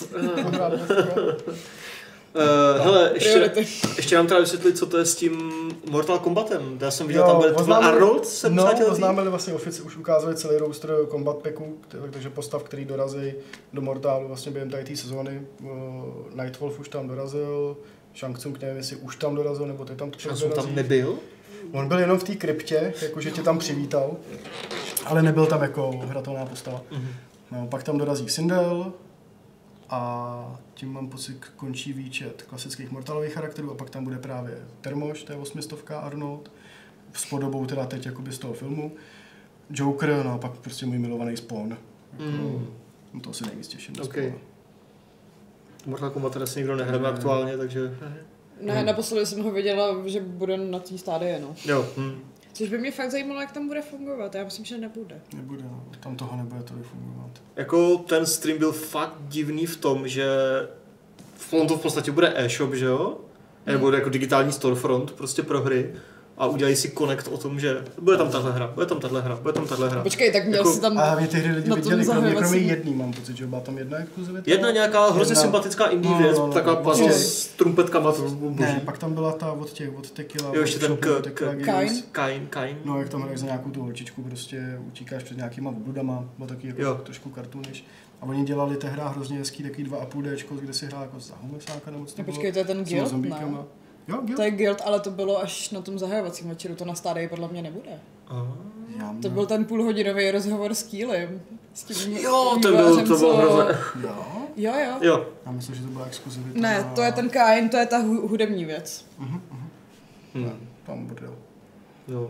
Hele, ještě nám teda vysvětlit, co to je s tím Mortal Kombatem. Já jsem viděl, tam byl Arnold, jsem přátel. Oznámili vlastně už ukázali celý roster Combat Packu, takže postav, který dorazí do Mortalu vlastně během té sezóny. Nightwolf už tam dorazil, Shang Tsung nevím, jestli už tam dorazil, nebo ty tam to dorazí. Tam nebyl? On byl jenom v té kryptě, jakože tě tam přivítal, ale nebyl tam jako hratelná postava. No, pak tam dorazí Sindel, a tím mám pocit, končí výčet klasických Mortalových charakterů a pak tam bude právě Termoš, to je 800 Arnold, s podobou teda teď jakoby z toho filmu, Joker, no a pak prostě můj milovaný Spawn. Jako, to si nejvíc těším. Okay. Mortal Kombat teda si nikdo nehraje aktuálně, takže... Ne, naposledy jsem ho věděla, že bude na té stádii, no. Jo. Což by mě fakt zajímalo, jak tam bude fungovat. Já myslím, že nebude. Nebude, no. Tam toho nebude to fungovat. Jako ten stream byl fakt divný v tom, že on to v podstatě bude e-shop, že jo? Nebo bude jako digitální storefront prostě pro hry. a udělají si connect o tom, že bude tam tahle hra, bude tam tahle hra, bude tam tahle hra. Počkej, tak měl si tam... A hlavně ty hry lidi viděli, kromě jedný, mám pocit, že byla tam jedna exkluzivita. Jedna nějaká hrozně sympatická indie věc, taková vlastně s trumpetkama. Ne, pak tam byla ta od Tequila. Jo, ještě ten Kain. No, jak tam hraješ za nějakou tu holčičku, prostě utíkáš před nějakýma bludama, byl taky jako trošku kartuniš. A oni dělali té hra hrozně hezký, takový 2,5Dčko, kde si hrál jako za homesáka nebo co to bylo. Počkej, to je ten Guild, ne? Jo, Guild. To je Guild, ale to bylo až na tom zahajovacím večeru, to na Stádii podle mě nebude. To byl ten půlhodinový rozhovor s Keelym. Jo, to bylo hrozné. Jo. Já myslím, že to byla exkluzivita. Ne, to je ten Kain, to je ta hudební věc. Tam bordel. Jo.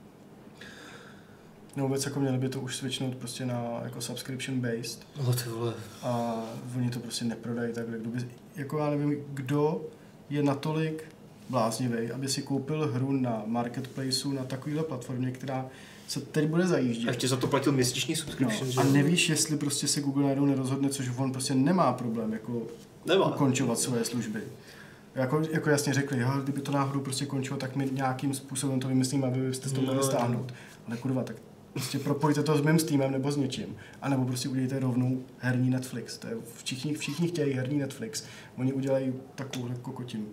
No vůbec jako měli by to už switchnout prostě na jako subscription based. Ty vole. A oni to prostě neprodají takhle. Jako já nevím, kdo je natolik bláznivý, aby si koupil hru na marketplaceu, na takovýhle platformě, která se teď bude zajíždět. A ještě za to platil měsíční subscription. No, a nevíš, jestli prostě se Google najednou nerozhodne, což on prostě nemá problém jako ukončovat svoje služby. Jako jasně řekli, kdyby to náhodou prostě končilo, tak my nějakým způsobem to vymyslíme, aby jste to mohli stáhnout. Ale kurva, tak prostě propojte to s mým Steamem nebo s něčím. A nebo prostě udělejte rovnou herní Netflix. To je, všichni chtějí herní Netflix. Oni udělají takovou kokotinu.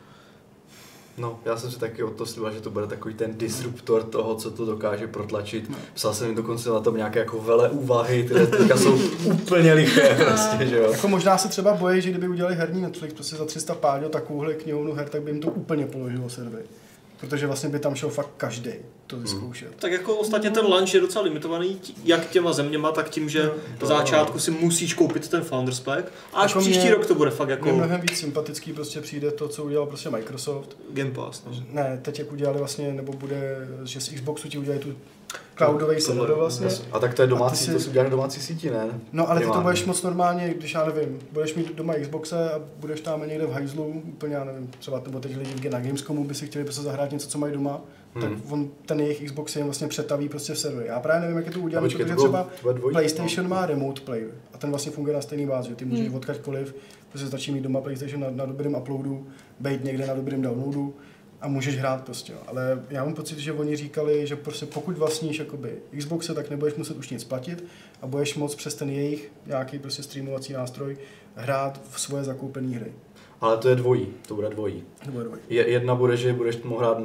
No, já jsem si taky o to slíbil, že to bude takový ten disruptor toho, co to dokáže protlačit. Psal jsem jim dokonce na tom nějaké jako vele úvahy, které teďka jsou úplně liché prostě, že jo. Jako možná se třeba bojí, že kdyby udělali herní Netflix prostě za 300 páďo takovouhle knihovnu her, tak by jim to úplně položilo servery. Protože vlastně by tam šel fakt každý to vyzkoušet. Tak jako ostatně ten launch je docela limitovaný jak těma zeměma, tak tím, že v začátku si musíš koupit ten Founders Pack a až jako příští rok to bude fakt jako... Mě mnohem víc sympatický prostě přijde to, co udělal prostě Microsoft. Game Pass, no. Ne, teď jak udělali vlastně, nebo bude, že z Xboxu ti udělají tu cloudový server vlastně. A tak to je domácí, to si uděláš domácí síti, ne? No ale ty to budeš moc normálně, když já nevím, budeš mít doma Xboxe a budeš tam někde v hajzlu, úplně já nevím, třeba nebo teď lidi na Gamescomu by si chtěli prostě zahrát něco, co mají doma, tak on ten jejich Xbox jim vlastně přetaví prostě v servery. Já právě nevím, jak je to udělané, protože třeba PlayStation má remote play a ten vlastně funguje na stejný bázi, že ty můžeš odkaďkoliv, prostě stačí mít doma PlayStation na dobrém uploadu, být někde na dobrém downloadu a můžeš hrát prostě. Ale já mám pocit, že oni říkali, že prostě pokud vlastníš jakoby Xboxe, tak nebudeš muset už nic platit a budeš moct přes ten jejich nějaký prostě streamovací nástroj hrát v svoje zakoupené hry. Ale to je dvojí, to bude dvojí. Jedna bude, že budeš moct hrát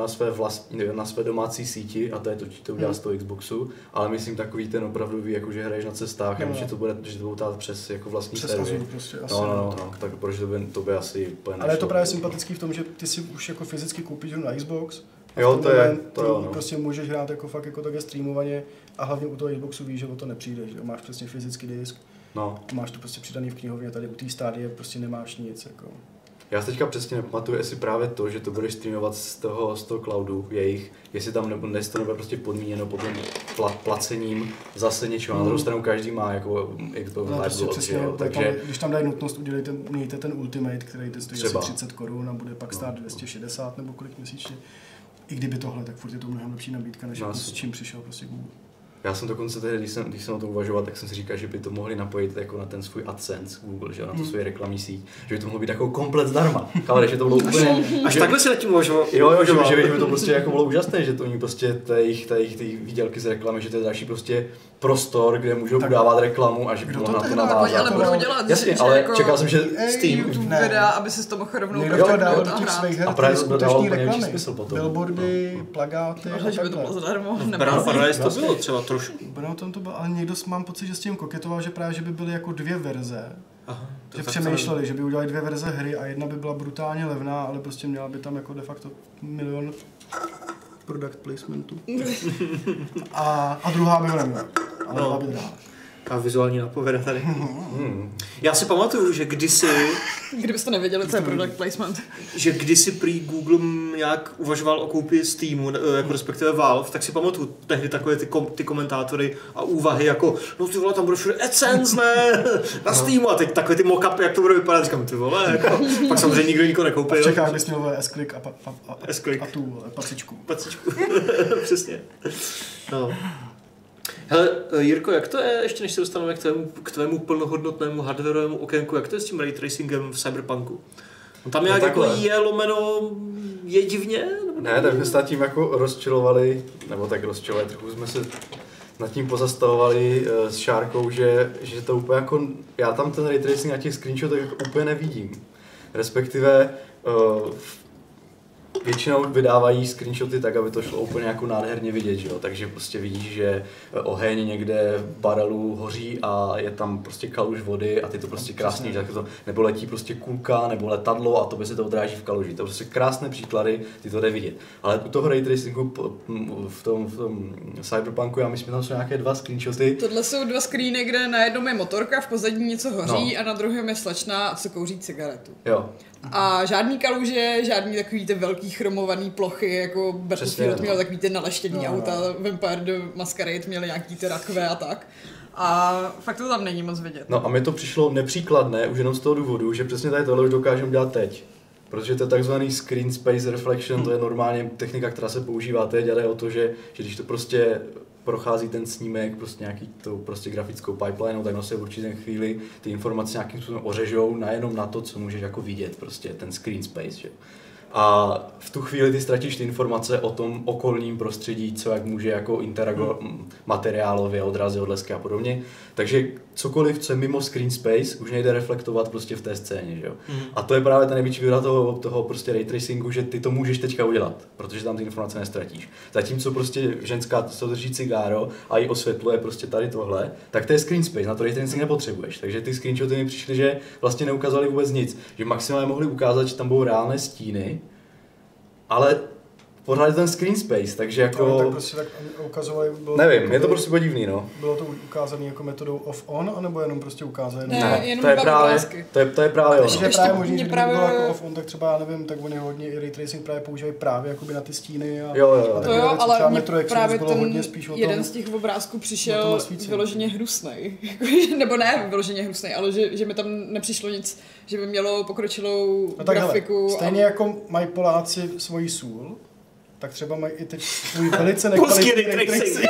na své domácí síti a to je to udělá z toho Xboxu, ale myslím takový ten opravdový, jako že hraješ na cestách, že to bude tát přes jako vlastní servery. Prostě, no, tak protože to by asi úplně ale je to právě sympatický v tom, že ty si už jako fyzicky koupíš hru na Xbox. Jo, to je. No. Prostě můžeš hrát jako fakt jako také streamovaně a hlavně u toho Xboxu víš, že o to nepřijdeš, že máš přesně fyzický disk. No. Máš to prostě přidaný v knihovně, tady u té Stádie prostě nemáš nic jako. Já si teďka přesně nepamatuju, jestli právě to, že to budeš streamovat z toho cloudu jejich, jestli tam nebude prostě podmíněno potom placením zase něčeho. Na druhou stranu každý má jako Xbox Live, takže když tam dají nutnost, mějte ten Ultimate, který stojí asi 30 korun a bude pak stát 260 nebo kolik měsíčně. I kdyby tohle, tak furt je to mnohem lepší nabídka, než s čím přišel prostě Google. Já jsem dokonce tehdy, když jsem o tom uvažoval, tak jsem si říkal, že by to mohli napojit jako na ten svůj AdSense Google, že na to svůj reklamní síť, že by to mohlo být jako komplet zdarma. Ale že to bylo úplně... Až takhle si nad tím uvažoval. Jo, že by to prostě jako bylo úžasné, že to oni prostě ty výdělky z reklamy, že to je další prostě prostor, kde můžou udávat reklamu a že by mohla na to navázat. Ale budou dělat, jasně, ale jako čekal jsem, že Steam YouTube videa, aby si to mohl rovnou downloadovat a hrát. A právě to dávalo úplně smysl potom. Billboardy, plagáty a že by to bylo zadarmo. To bylo třeba trošku. To bylo, ale někdo mám pocit, že s tím koketoval, že právě že by byly jako dvě verze. Že přemýšleli, že by udělali dvě verze hry a jedna by byla brutálně levná, ale prostě měla by tam jako de facto milion product placementů. a druhá by neměla, ale byla by drahá. A vizuální napověda tady. Já si pamatuju, že kdysi... Kdybyste nevěděli, co je product placement. Že kdysi prý Google nějak uvažoval o koupi Steamu, jako respektive Valve, tak si pamatuju tehdy takové ty komentátory a úvahy jako no ty vole, tam bude všude AdSense, ne? Na Steamu a teď takové ty mock-upy, jak to bude vypadat, říkám ty vole, jako, pak samozřejmě nikdo nikoho nekoupil. A v Čechách bys měl S-Click a tu pacičku. Přesně. No. Hele, Jirko, jak to je, ještě než se dostaneme k tvému plnohodnotnému hardwarovému okénku, jak to je s tím ray tracingem v Cyberpunku? No tam nějak jako je lomeno, je divně? Nebo Ne, tak jsme se nad tím jako rozčilovali, nebo tak rozčilovali, trochu jsme se nad tím pozastavovali s Šárkou, že to úplně jako, já tam ten ray tracing na těch screenshotech jako úplně nevidím. Respektive většinou vydávají screenshoty tak, aby to šlo úplně jako nádherně vidět, že jo? Takže prostě vidíš, že oheň někde v barelu hoří a je tam prostě kaluž vody a ty to prostě krásně, tak to, nebo letí prostě kulka, nebo letadlo a to by se to odráží v kaluži. To prostě krásné příklady, ty to jde vidět. Ale u toho ray tracingu v tom Cyberpunku, já myslím, že tam jsou nějaké 2 screenshoty. Tohle jsou 2 screeny, kde na jednom je motorka, v pozadí něco hoří a na druhém je slečna, co kouří cigaretu. Jo. A žádný kaluže, žádný takový ty velký chromovaný plochy, jako Battlefield měl takový ty naleštěný auta, Vampire the Masquerade měli nějaký ty rakve a tak. A fakt to tam není moc vidět. No a mi to přišlo nepříkladné už jenom z toho důvodu, že přesně tady tohle už dokážeme dělat teď. Protože to je takzvaný screen space reflection, to je normálně technika, která se používá teď, ale jde o to, že když to prostě prochází ten snímek prostě nějaký tou prostě grafickou pipeline, tak se v určité chvíli ty informace nějakým způsobem ořežou najenom na to, co můžeš jako vidět, prostě ten screen space, že? A v tu chvíli ty ztratíš ty informace o tom okolním prostředí, co jak může jako interagovat materiálově, odrazy, odlesky a podobně. Takže cokoliv, co je mimo screen space, už nejde reflektovat prostě v té scéně, že jo. A to je právě ten největší výhoda toho prostě ray tracingu, že ty to můžeš teďka udělat, protože tam ty informace nestratíš. Zatímco prostě ženská to drží cigáro a jí osvětluje prostě tady tohle, tak to je screen space, na to ray tracing nepotřebuješ. Takže ty screenshoty mi přišly, že vlastně neukázali vůbec nic, že maximálně mohli ukázat, že tam budou reálné stíny, ale pořád je ten screen space, takže jako... No, tak prostě tak ukazovali... Nevím, jako je to prostě podivný, no. Bylo to ukázané jako metodou off-on, anebo jenom prostě ukázané? Ne, jenom to je právě, to je právě ono. Ještě právě možný, že kdyby bylo jako off-on, tak třeba, já nevím, tak oni hodně i ray tracing právě používají právě jakoby na ty stíny a... Jo. To jo, ale mě právě ten jeden z těch obrázků přišel vyloženě hnusnej. Nebo ne vyloženě hnusnej, ale že mi tam nepřišlo nic, že by mělo pokročilou grafiku. Stejně jako mají Poláci svoji sůl, tak třeba mají i teď svůj velice nekvalitní ray tracing.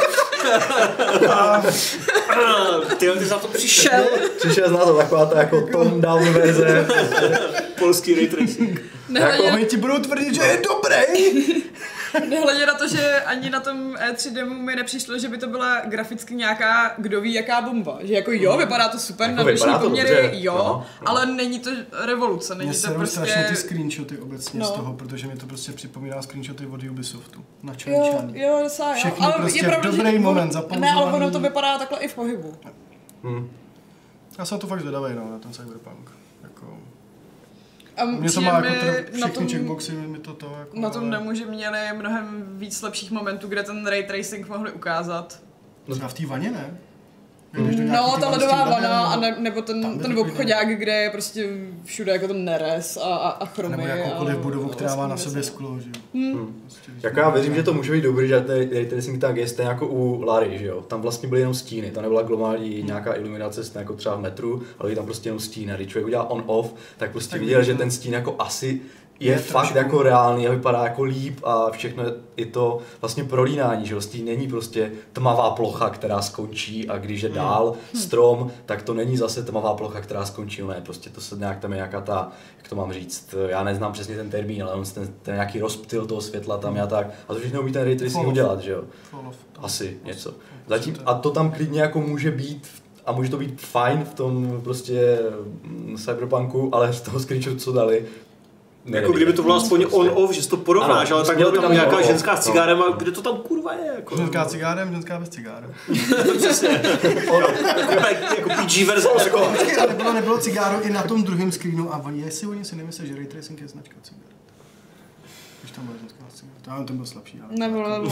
Ty za to přišel. Přišel z nás taková ta jako tone down verze. Polský ray tracing. Jako oni ti budou tvrdit, že je dobrý. Nehledě na to, že ani na tom E3 demo mi nepřišlo, že by to byla graficky nějaká, kdo ví jaká bomba. Že jako jo, vypadá to super, jako na dnešní poměry dobře. jo, no. Ale není to revoluce, není to prostě... strašně ty screenshoty obecně z toho, protože mi to prostě připomíná screenshoty od Ubisoftu. Na Jo, docela, všechny ale prostě je pravda, dobrý že moment zapauzovaný. Ne, ale ono to vypadá takhle i v pohybu. Já jsem to fakt zvědavý, no, na ten Cyberpunk. Jako... Mě to má jako všechny checkboxy, mi to jako... Na tom demo, že měli mnohem víc lepších momentů, kde ten ray tracing mohli ukázat. No třeba v té vaně, ne? No, ta ledová vana, nebo ten obchodák, kde je prostě všude jako ten nerez a chromy. Nebo jakoukoliv budovu, která má na sobě sklo, že jo. Jako já věřím, že to může být dobrý, že ten ray tracing tak je stejně jako u Larry, že jo. Tam vlastně byly jenom stíny, tam nebyla globální nějaká iluminace, stejně jako třeba v metru, ale tam prostě jenom stín. A když člověk udělal on-off, tak prostě viděl, že ten stín jako asi je fakt jako reálný a vypadá jako líp a všechno je to vlastně prolínání, že vlastně není prostě tmavá plocha, která skončí a když je dál strom, tak to není zase tmavá plocha, která skončí, ne, prostě to se nějak tam je nějaká ta, jak to mám říct, já neznám přesně ten termín, ale on ten nějaký rozptyl toho světla tam je tak a to všechno umí ten ray tracing udělat, že jo, asi něco. Zatím, a to tam klidně jako může být a může to být fajn v tom prostě Cyberpunku, ale z toho screenshotu, co dali, jako kdyby to bylo aspoň on-off, že jsi to porovnáš, ale tak by tam nějaká ženská s cigárem a kde to tam kurva je? Jako? Ženská cigárem, ženská bez cigárem. Přesně. Jako PG verze. Nebylo cigáro i na tom druhém screenu a oni si nemyslí, že ray tracing je značka cigára. Když tam byla ženská cigára. To ten byl slabší. Nebylo.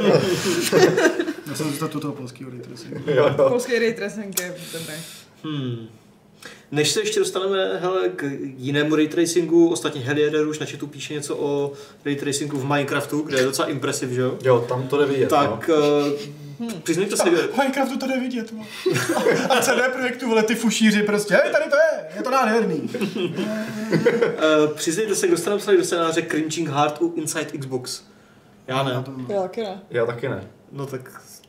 Já jsem zůstal toho polského ray tracingu. Polský ray tracing je dobrý. Než se ještě dostaneme k jinému ray tracingu, ostatně Helieder už na chatu píše něco o ray tracingu v Minecraftu, kde je docela impresiv, že jo? Jo, tam to jde vidět, tak, přiznejte si... V Minecraftu to jde vidět, a CD Projektu, vole, ty fušíři prostě, hej, tady to je to nádherný. Přiznejte se, kdo jste napsali do scénáře Cringing Heart u Inside Xbox? Já ne. Já taky ne. Já taky ne. No tak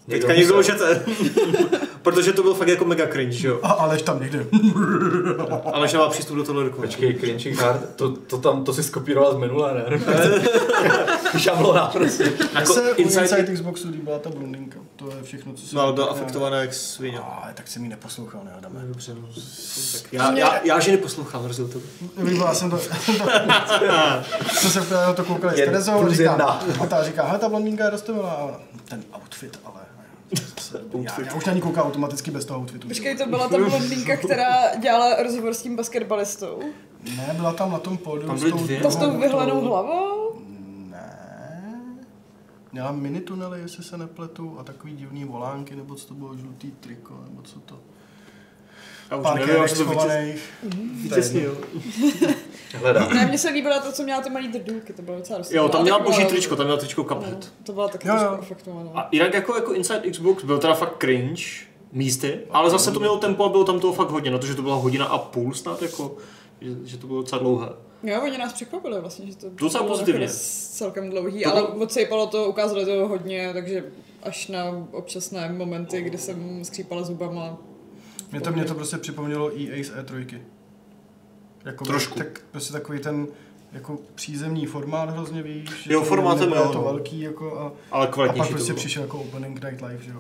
Teďka někdo lžete. Protože to byl fakt jako mega cringe, jo. A Aleš tam někde. Aleš nemá přístup do toho lirku. Počkej, Cringing Hard, to si skopíroval z minulé, ne? Šablona prostě. Jako Inside Xboxu líbila ta blondinka. To je všechno, co se... No, ale byla afektovaná jak svině. Tak jsem jí neposlouchal, ne, Adame. Dobře, no. Tak já že neposlouchám, rozdíl to. Líbila jsem to... Co jsem na to koukal s Terezou a ta říká, hele, ta blondinka je dost milá. A ona, ten outfit, ale... Já už na ní koukám automaticky bez toho outfitu. Počkej, to byla ta blondýnka, která dělala rozhovor s tím basketbalistou? Ne, byla tam na tom pódiu. Tam byly dvě. To s tou vyhlenou hlavou? Ne. Měla mini tunely, jestli se nepletu, a takový divný volánky, nebo co to bylo, žlutý triko, nebo co to. Pár kérek schovaných. Vítězný, jo. Hledám. Ne, mně se líbila to, co měla ty malý drdůlky, to bylo docela rozumné. Jo, tam měla boží tričko, tam měla tričko Cuphead. No, to byla taky trošku afektovaná. A jinak jako Inside Xbox byl teda fakt cringe místy, ale zase to mělo tempo a bylo tam toho fakt hodně, na to, že to byla 1,5 hodiny snad, jako, že to bylo docela dlouhé. Jo, oni nás překvapili vlastně, že to docela bylo pozitivně. Celkem dlouhý, ale odsejpalo to, ukázali to hodně, takže až na občasné momenty, kdy jsem skřípala zubama. Mě to prostě připomnělo EA z E3. Jako trošku. Tak prostě takový ten jako přízemní formát hrozně, víš. Jo, formátem je jo. to velký jako ale a pak prostě přišel jako Opening Night Live, že jo.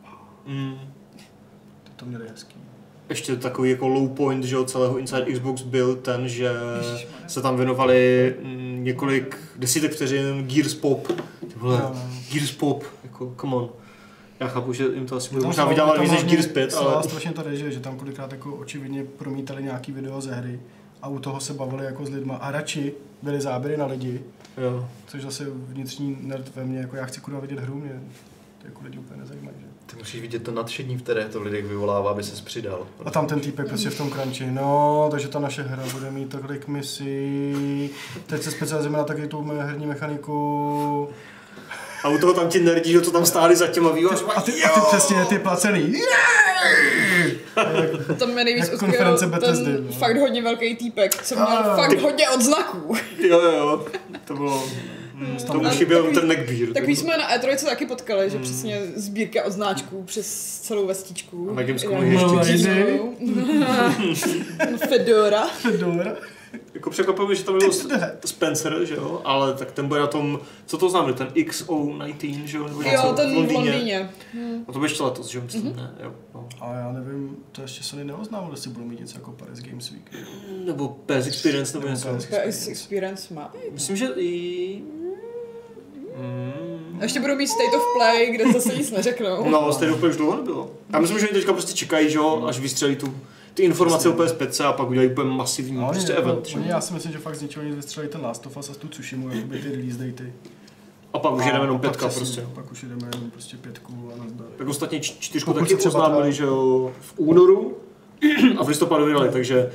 To měli hezký. Ještě takový jako low point, že celého Inside Xbox byl ten, že se tam věnovali několik desítek vteřin Gears Pop. Gears Pop, jako come on. Já chápu, že jim to asi bude možná vydávat víc než Gears 5, ale... Strašně to jde, že tam kolikrát jako očividně promítali nějaký video ze hry a u toho se bavili jako s lidma a radši byly záběry na lidi, jo. Což zase vnitřní nerd ve mně, jako já chci kurva vidět hru, mě to jako lidi úplně nezajímají, že? Ty musíš vidět to nadšení, které to v lidech vyvolává, aby ses přidal. A tam ten týpek prostě v tom crunchi, no, takže ta naše hra bude mít tolik misí, teď se specializujeme na taky tu herní mechaniku. A u toho tam ti nerdí, že to tam stáli za těma vývojáři. A ty přesně, ty placený. Tam je nejvíc uskvěl ten fakt hodně velký týpek, co měl fakt hodně odznaků. Jo, to bylo... To už byl ten neckbeard. Tak jsme na E3 taky potkali, že přesně sbírka odznáčků přes celou vestičku. A na Gamescomu ještě Fedora. Jako překvapilo, že tam byl Spencer, že jo, ale tak ten bude na tom, co to znamená, ten XO19, že jo, nebo jo, ten v Londýně. A to bude ještě letos, že jo, myslím, ne, jo. No. A já nevím, to ještě Sony neoznámil, jestli budou mít něco jako Paris Games Week. Nebo PS Experience, nebo něco. PS Experience má být. Myslím, že i... A ještě budou mít State of Play, kde zase nic neřeknou. No, State of Play už dlouho nebylo. Já myslím, že oni teďka prostě čekají, že jo, až vystřelí ty informace o PS5 a pak udělají úplně masivní prostě event. Já si myslím, že fakt z ničeho nic vystřelí ten Last of Us a tu Tsushimu, jakoby ty release datey. A pak už jedeme jenom 5 prostě. Pak už jedeme jenom prostě 5 a nazdar. Tak ostatně 4 taky oznámili, že jo, v únoru a v listopadu vydali, takže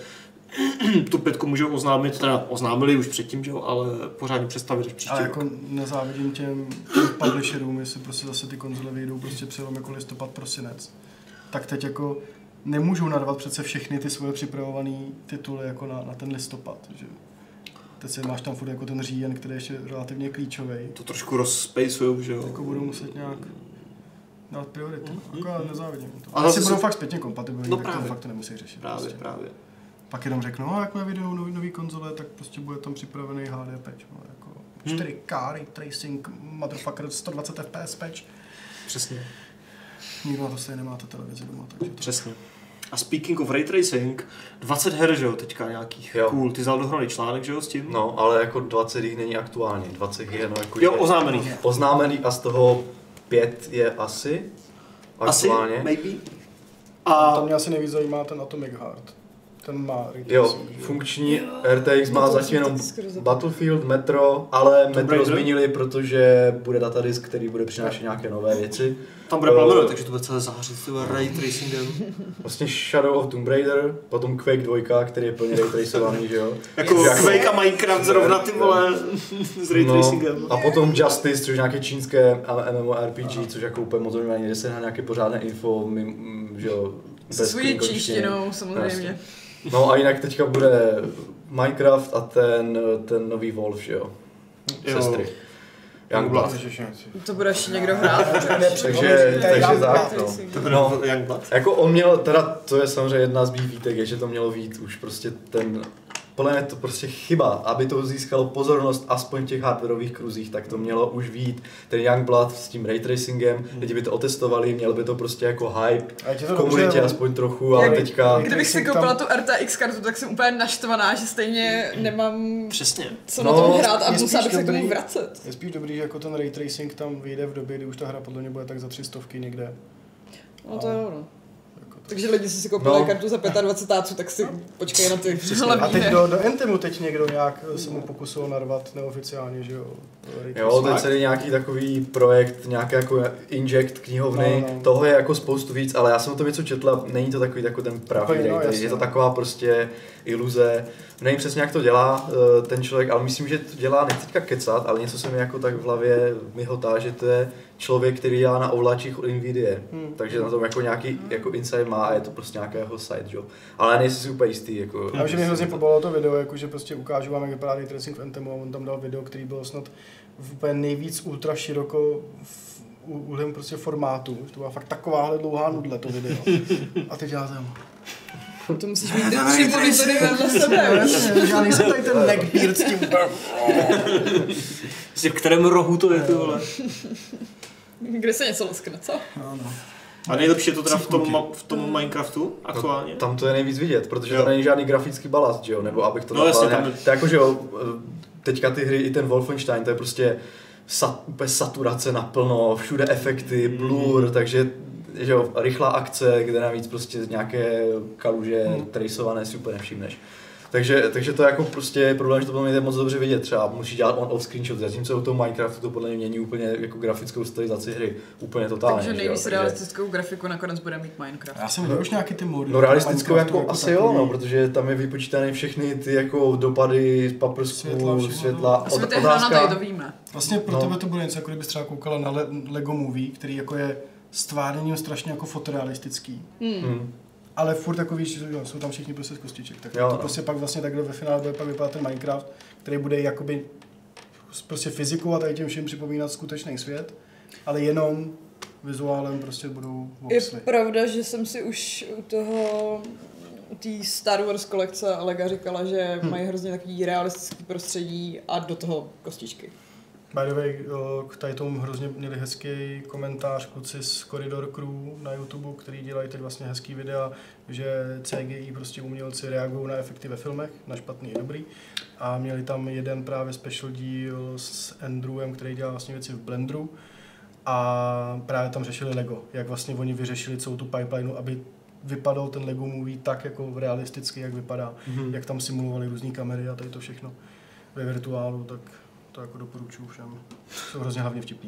tu 5 můžou oznámit, teda oznámili už předtím, že jo, ale pořádně představit až příští rok. Jako nezávidím těm publisherům, jestli prostě zase ty konzole vyjdou prostě přelom jako listopad, prosinec. Tak teď jako nemůžou narvat přece všechny ty svoje připravované tituly jako na ten listopad, že? Teď si máš tam furt jako ten říjen, který je ještě relativně klíčový. To trošku rozspacujou, že jo? Jako budou muset nějak dát prioritu, jako já nezávidím to. A asi budou fakt zpětně kompatibilní, no tak to fakt to nemusí řešit. Právě. Pak jenom řeknou, no jak vyjdou nový konzole, tak prostě bude tam připravený HD patch, no, jako 4K, ray tracing, motherfucker, 120 FPS patch. Přesně. Nikdo na to stejně nemá televizi doma, takže to... Přesně. A speaking of ray tracing, 20 her, že jo, teďka nějakých. Jo. Cool, ty vzal dohromady článek, že jo, s tím? No, ale jako 20 jich není aktuálně, 20 je no jako... Jo, oznámený. Oznámený a z toho 5 je asi aktuálně. Asi, maybe. A tam mě asi nejvíc zajímá ten Atomic Heart. Ten má jo, funkční RTX má zatím jenom Battlefield, Metro, ale Metro zmínili, protože bude datadisk, který bude přinášet nějaké nové věci. Tam bude plamenovat, takže to bude celé zářit s ray tracingem. Vlastně Shadow of Tomb Raider, potom Quake 2, který je plně ray tracovaný, že jo? Jako Quake a Minecraft zrovna ty vole s ray tracingem. A potom Justice, což je nějaké čínské MMORPG, což jako úplně moc nevím, kde se na nějaké pořádné info, že jo? Se svojí čínštinou, samozřejmě. No a jinak teďka bude Minecraft a ten nový Wolf, že jo? Sestry. Youngblood. To bude ještě někdo hrát. takže tak, no. To bude Youngblood. Jako on měl, teda to je samozřejmě jedna z mých výtek, je, že to mělo být už prostě ten, podle mě to prostě chyba, aby to získalo pozornost aspoň v těch hardwareových kruzích, tak to mělo už být ten Youngblood s tím ray tracingem, lidi by to otestovali, měl by to prostě jako hype v komunitě aspoň trochu, ale teďka... Kdybych si koupila tu RTX kartu, tak jsem úplně naštvaná, že stejně nemám přesně co na tom hrát a musela bych se k tomu vracet. Je spíš dobrý, že jako ten ray tracing tam vyjde v době, kdy už ta hra podle mě bude tak za 300 někde. No to jo, no. Takže lidi si koupili kartu za 25, tak si počkej na ty hlavní. A teď do Anthemu teď někdo nějak se mu pokusil narvat neoficiálně, že jo? Jo, to je celý nějaký takový projekt, nějaký jako inject knihovny, toho je jako spoustu víc, ale já jsem o tom něco četl, není to takový jako ten pravý, je to taková prostě iluze. Nevím přesně, jak to dělá ten člověk, ale myslím, že to dělá, nechci teďka kecat, ale něco se mi jako tak v hlavě myhotá, že to je člověk, který dělá na ovláčích od Nvidia. Takže na tom jako nějaký jako insight má a je to prostě nějakého side job. Ale nejsi si úplně jistý. Jako, já že mě hrozně pobavilo to video, jako, že prostě ukážu vám, jak vypadá ray tracing v Anthemu a on tam dal video, který byl snad v úplně nejvíc ultra široko v úhlem prostě formátu. To byla fakt takováhle dlouhá nudle to video. A teď já tam... To musíš mít ty 3 monitory vedle sebe. Já nejsem tady ten neckbeard s tím. V kterém rohu to je, ty vole? Kde se něco luskne, co? Ano. A nejlepší je to teda v tom Minecraftu aktuálně? No, tam to je nejvíc vidět, protože tam není žádný grafický balast, že jo? Nebo abych to jasně, tam je... To jako, že jo, teďka ty hry, i ten Wolfenstein, to je prostě úplně saturace naplno, všude efekty, blur, takže že jo, rychlá akce, kde navíc prostě nějaké kaluže traceované si úplně nevšimneš. Takže to je jako prostě problém, že to podle mě je moc dobře vidět, třeba musí dělat on-off screenshot, zatímco u toho Minecraftu to podle mě mění úplně jako grafickou stylizaci hry, úplně totálně. Takže nejvíc realistickou grafiku nakonec bude mít Minecraft. Já jsem už nějaký ty mody. No realistickou jako asi takový... jo, no, protože tam je vypočítané všechny ty jako dopady, paprsku, světla. Asi by to je hranatej, to víme. Vlastně pro tebe to bude něco, jako kdybys třeba koukala na Lego Movie, který jako je stvárněním strašně jako fotorealistický. Ale furt jako víš, že jsou tam všichni prostě z kostiček, tak jo, to prostě pak vlastně takhle ve finále bude pak vypadat ten Minecraft, který bude jakoby prostě fyzikou a tady tím všem připomínat skutečný svět, ale jenom vizuálem prostě budou voxely. Je pravda, že jsem si už u té Star Wars kolekce Lega říkala, že mají hrozně takový realistický prostředí a do toho kostičky. By the way, k tady tomu hrozně měli hezký komentář kluci z Corridor Crew na YouTube, který dělají teď vlastně hezký videa, že CGI prostě umělci reagují na efekty ve filmech, na špatný i dobrý. A měli tam jeden právě special díl s Andrewem, který dělá vlastně věci v Blenderu. A právě tam řešili Lego, jak vlastně oni vyřešili celou tu pipeline, aby vypadal ten Lego Movie tak jako realisticky, jak vypadá, jak tam simulovali různé kamery a tady to všechno ve virtuálu, tak to jako doporučuji všem. Jsou hrozně hlavně vtipný.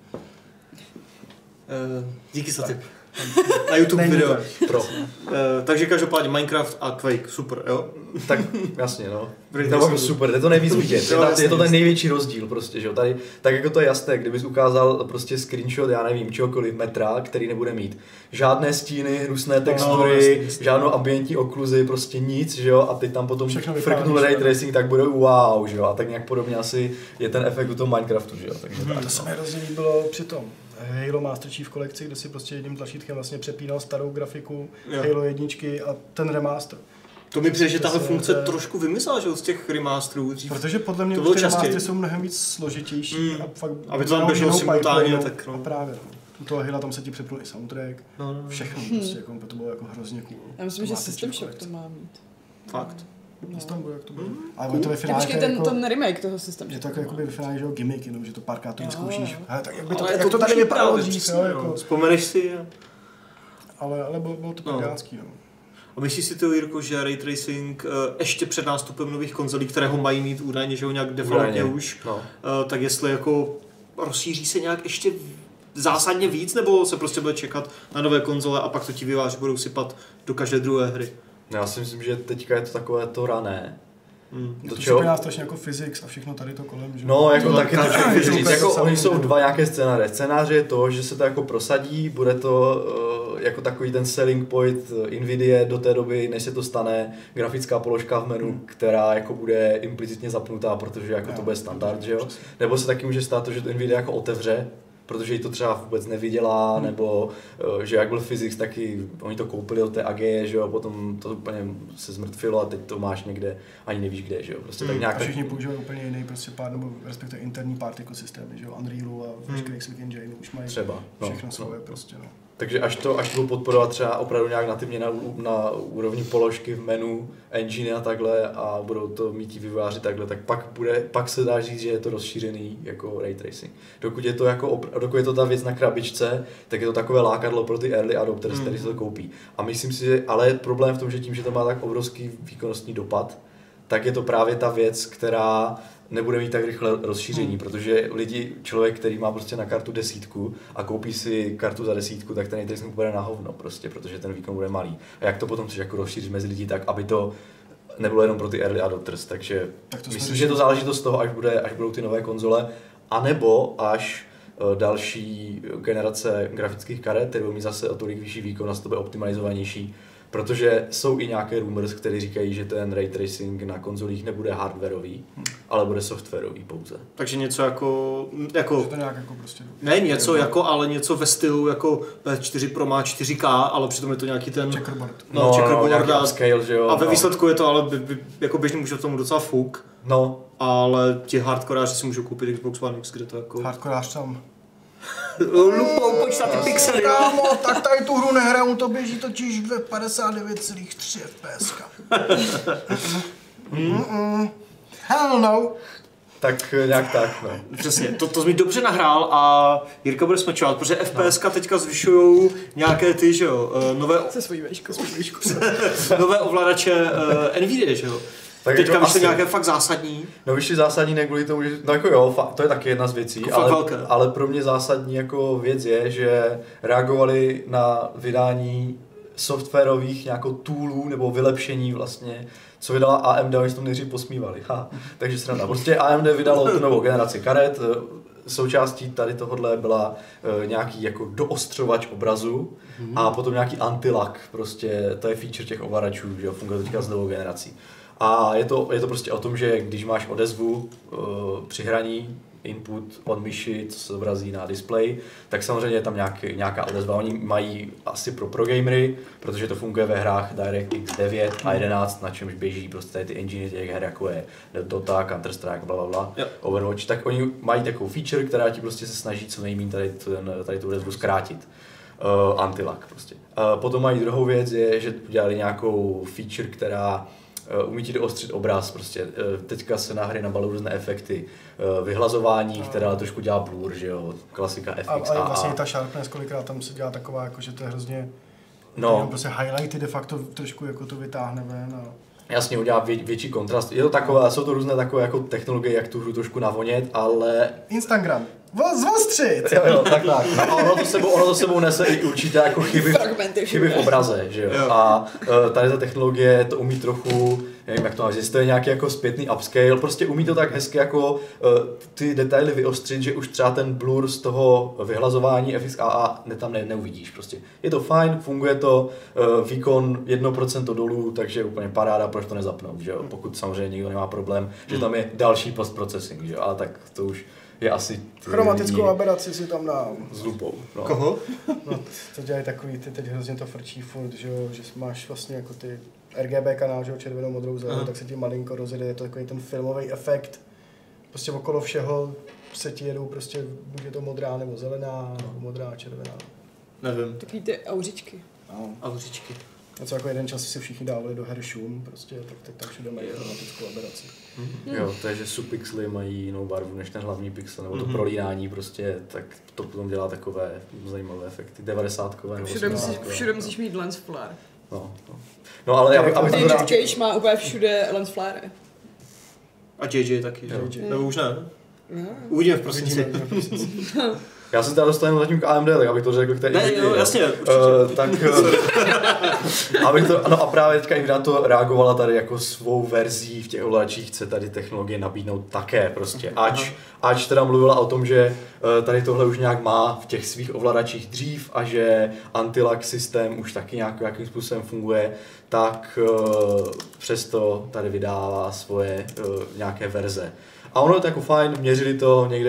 Díky za tip. Na YouTube video. Takže každopádně Minecraft a Quake, super, jo? Tak jasně, no. To je super, je to nejvíc vidět. Je to ten největší rozdíl prostě, že jo. Tady, tak jako to je jasné, kdybys ukázal prostě screenshot, já nevím, čehokoliv metra, který nebude mít žádné stíny, hnusné textury, žádnou ambientní okluzi, prostě nic, že jo. A teď tam potom frknul ray tracing, tak bude wow, že jo. A tak nějak podobně asi je ten efekt u toho Minecraftu, že jo. Takže to se mi hrozně líbilo při tom Halo Master Chief kolekci, kde si prostě jedním tlačítkem vlastně přepínal starou grafiku Halo 1 a ten remaster. To mi přijde, že tahle funkce trošku vymyslela, že z těch remasterů. Protože podle mě ty remastery jsou mnohem víc složitější a fakt aby to tam běželo simultánně, tak no. Právě. U toho Halo tam se ti přepnul i soundtrack, všechno prostě, jako, to bylo jako hrozně cool. Já myslím, že System Shock to má mít. Fakt? Tam bude, jak to bude. Ale to ve finále ten remake toho System Shock. Je to jako ve finále, že jo, gimmick, jenom že to párkrát to vyzkoušíš. Hele, tak jak to tady vypadalo dřív, jo, jako. Vzpomeneš si? Ale bylo to prdánský, no. A myslíš si to, Jirko, že ray tracing ještě před nástupem nových konzolí, které ho mají mít údajně, že ho nějak developně už, tak jestli jako rozšíří se nějak ještě zásadně víc, nebo se prostě bude čekat na nové konzole a pak to ti vývojáři budou sypat do každé druhé hry? Já si myslím, že teďka je to takové to rané. To připomíná strašně jako physics a všechno tady to kolem, že? No, jako taky to říct, jako oni jsou dva nějaké scénáře. Scénáře je to, že se to jako prosadí, bude to jako takový ten selling point Nvidia do té doby, než se to stane, grafická položka v menu, která jako bude implicitně zapnutá, protože jako to bude standard, že jo? Nebo se taky může stát to, že to Nvidia jako otevře, protože jí to třeba vůbec nevydělá, nebo že jak byl physics, taky oni to koupili od té AG, že jo, potom to úplně se zmrtvilo a teď to máš někde, ani nevíš kde, že jo, prostě tak nějak. A všichni používají úplně jiný prostě pár, nebo respektive interní particle systémy, že jo, Unrealu a veškerých svých enginů už mají třeba, všechno svoje prostě, no. Takže až to budou podporovat třeba opravdu nějak nativně na úrovni položky v menu, engine a takhle a budou to mít ti vývojáři takhle, tak pak se dá říct, že je to rozšířený jako ray tracing. Dokud je to ta věc na krabičce, tak je to takové lákadlo pro ty early adopters, kteří se to koupí. A myslím si, že ale problém v tom, že tím, že to má tak obrovský výkonnostní dopad, tak je to právě ta věc, která nebude mít tak rychle rozšíření, protože člověk, který má prostě na kartu 10 a koupí si kartu za 10, tak ten tracing bude na hovno prostě, protože ten výkon bude malý. A jak to potom chceš jako rozšířit mezi lidi tak, aby to nebylo jenom pro ty early adopters, takže myslím, že to záleží z toho, až budou ty nové konzole, anebo až další generace grafických karet, které budou mít zase o tolik vyšší výkon a to bude optimalizovanější. Protože jsou i nějaké rumors, které říkají, že ten ray tracing na konzolích nebude hardwareový, ale bude softwarový pouze. Takže něco jako to nějak jako prostě. Ne něco jako, ale něco ve stylu jako PS4 Pro má 4K, ale přitom je to nějaký ten checkerboard. Checkerboard upscale, že jo. A ve výsledku je to ale jako běžný může tomu docela fuk. No. Ale ti hardkoráři si můžou koupit Xbox One X, kde to jako Hardkorář tam. Lupou počítat ty pixely. Kámo, tak tady tu hru nehraju, to běží totiž ve 59,3 FPS. Hell no. Tak nějak tak, no. Přesně, to jsi mi dobře nahrál a Jirka bude smečovat, protože FPSka teďka zvyšujou nějaké ty, že jo, nové ovladače Nvidia, že jo. Tak teďka vyšly nějaké fakt zásadní. No vyšly zásadní ne kvůli tomu, že, no jako jo, to je taky jedna z věcí, ale pro mě zásadní jako věc je, že reagovali na vydání softwarových nějakou toolů nebo vylepšení vlastně, co vydala AMD, oni se tomu nejdřív posmívali. Takže sranda. Prostě AMD vydalo tu novou generaci karet, součástí tady tohohle byla nějaký jako doostřovač obrazu a potom nějaký anti-lag, prostě to je feature těch ovladačů, že funguje teďka s novou generací. A je to prostě o tom, že když máš odezvu při hraní, input od myši, co se zobrazí na displeji, tak samozřejmě je tam nějaká odezva. Oni mají asi pro gamery, protože to funguje ve hrách DirectX 9 a 11, na čemž běží prostě ty engine těch her, jako je Dota, Counter-Strike, blablabla, Overwatch, tak oni mají takovou feature, která ti prostě se snaží co nejméně tady tu odezvu zkrátit. Anti-lag prostě. Potom mají druhou věc, je, že udělali nějakou feature, která umí ti doostřit obraz, prostě teďka se na hry nabalují různé efekty, vyhlazování, která trošku dělá blur, že jo, klasika FX. A vlastně ta sharpness, kolikrát tam se dělá taková, jako, že to je hrozně, prostě highlighty de facto trošku jako to vytáhne ven. A... Jasně, udělá větší kontrast. Je to takové, jsou to různé takové jako technologie, jak tu hru trošku navonět, ale... Instagram. Zvostřit! Jo, tak. No, ono to sebou nese i určitě jako chyby v obraze, že jo. A tady ta technologie to umí trochu, nevím jak to nazvat, to je nějaký jako zpětný upscale, prostě umí to tak hezky jako ty detaily vyostřit, že už třeba ten blur z toho vyhlazování FXAA tam neuvidíš prostě. Je to fajn, funguje to, výkon 1% dolů, takže úplně paráda, proč to nezapnout, že jo. Pokud samozřejmě nikdo nemá problém, že tam je další post-processing, že jo, ale tak to už je asi... Chromatickou aberaci si tam dám. S lupou. No. Koho? No, to dělají takový, ty teď hrozně to frčí furt, že máš vlastně jako ty RGB kanál, že jo, červenou, modrou, zelenou, tak se ti malinko rozjede, je to takový ten filmový efekt. Prostě okolo všeho se ti jedou prostě, buď je to modrá nebo zelená, nebo modrá, červená. Nevím. Takový ty auřičky. No. Auřičky. A co jako jeden čas si všichni dávali do her šum, prostě, tak teď tam všude mají chromatickou aberaci. Jo, takže subpixely mají jinou barvu než ten hlavní pixel, nebo to prolínání prostě, tak to potom dělá takové zajímavé efekty, 90kové nebo 80kové. Všude musíš mít lens flare. No ale aby to David Cage má úplně všude lens flare. A JJ taky, že? Nebo už ne? Uvidíme v prosinci. Já se teda dostanu zatím k AMD, tak abych to řekl k té ne, jo, jasně, tak A právě teďka i na to reagovala tady jako svou verzí v těch ovladačích, chce tady technologie nabídnout také prostě. Ač teda mluvila o tom, že tady tohle už nějak má v těch svých ovladačích dřív a že anti-lag systém už taky nějakým způsobem funguje, tak přesto tady vydává svoje nějaké verze. A ono je to jako fajn, měřili to někde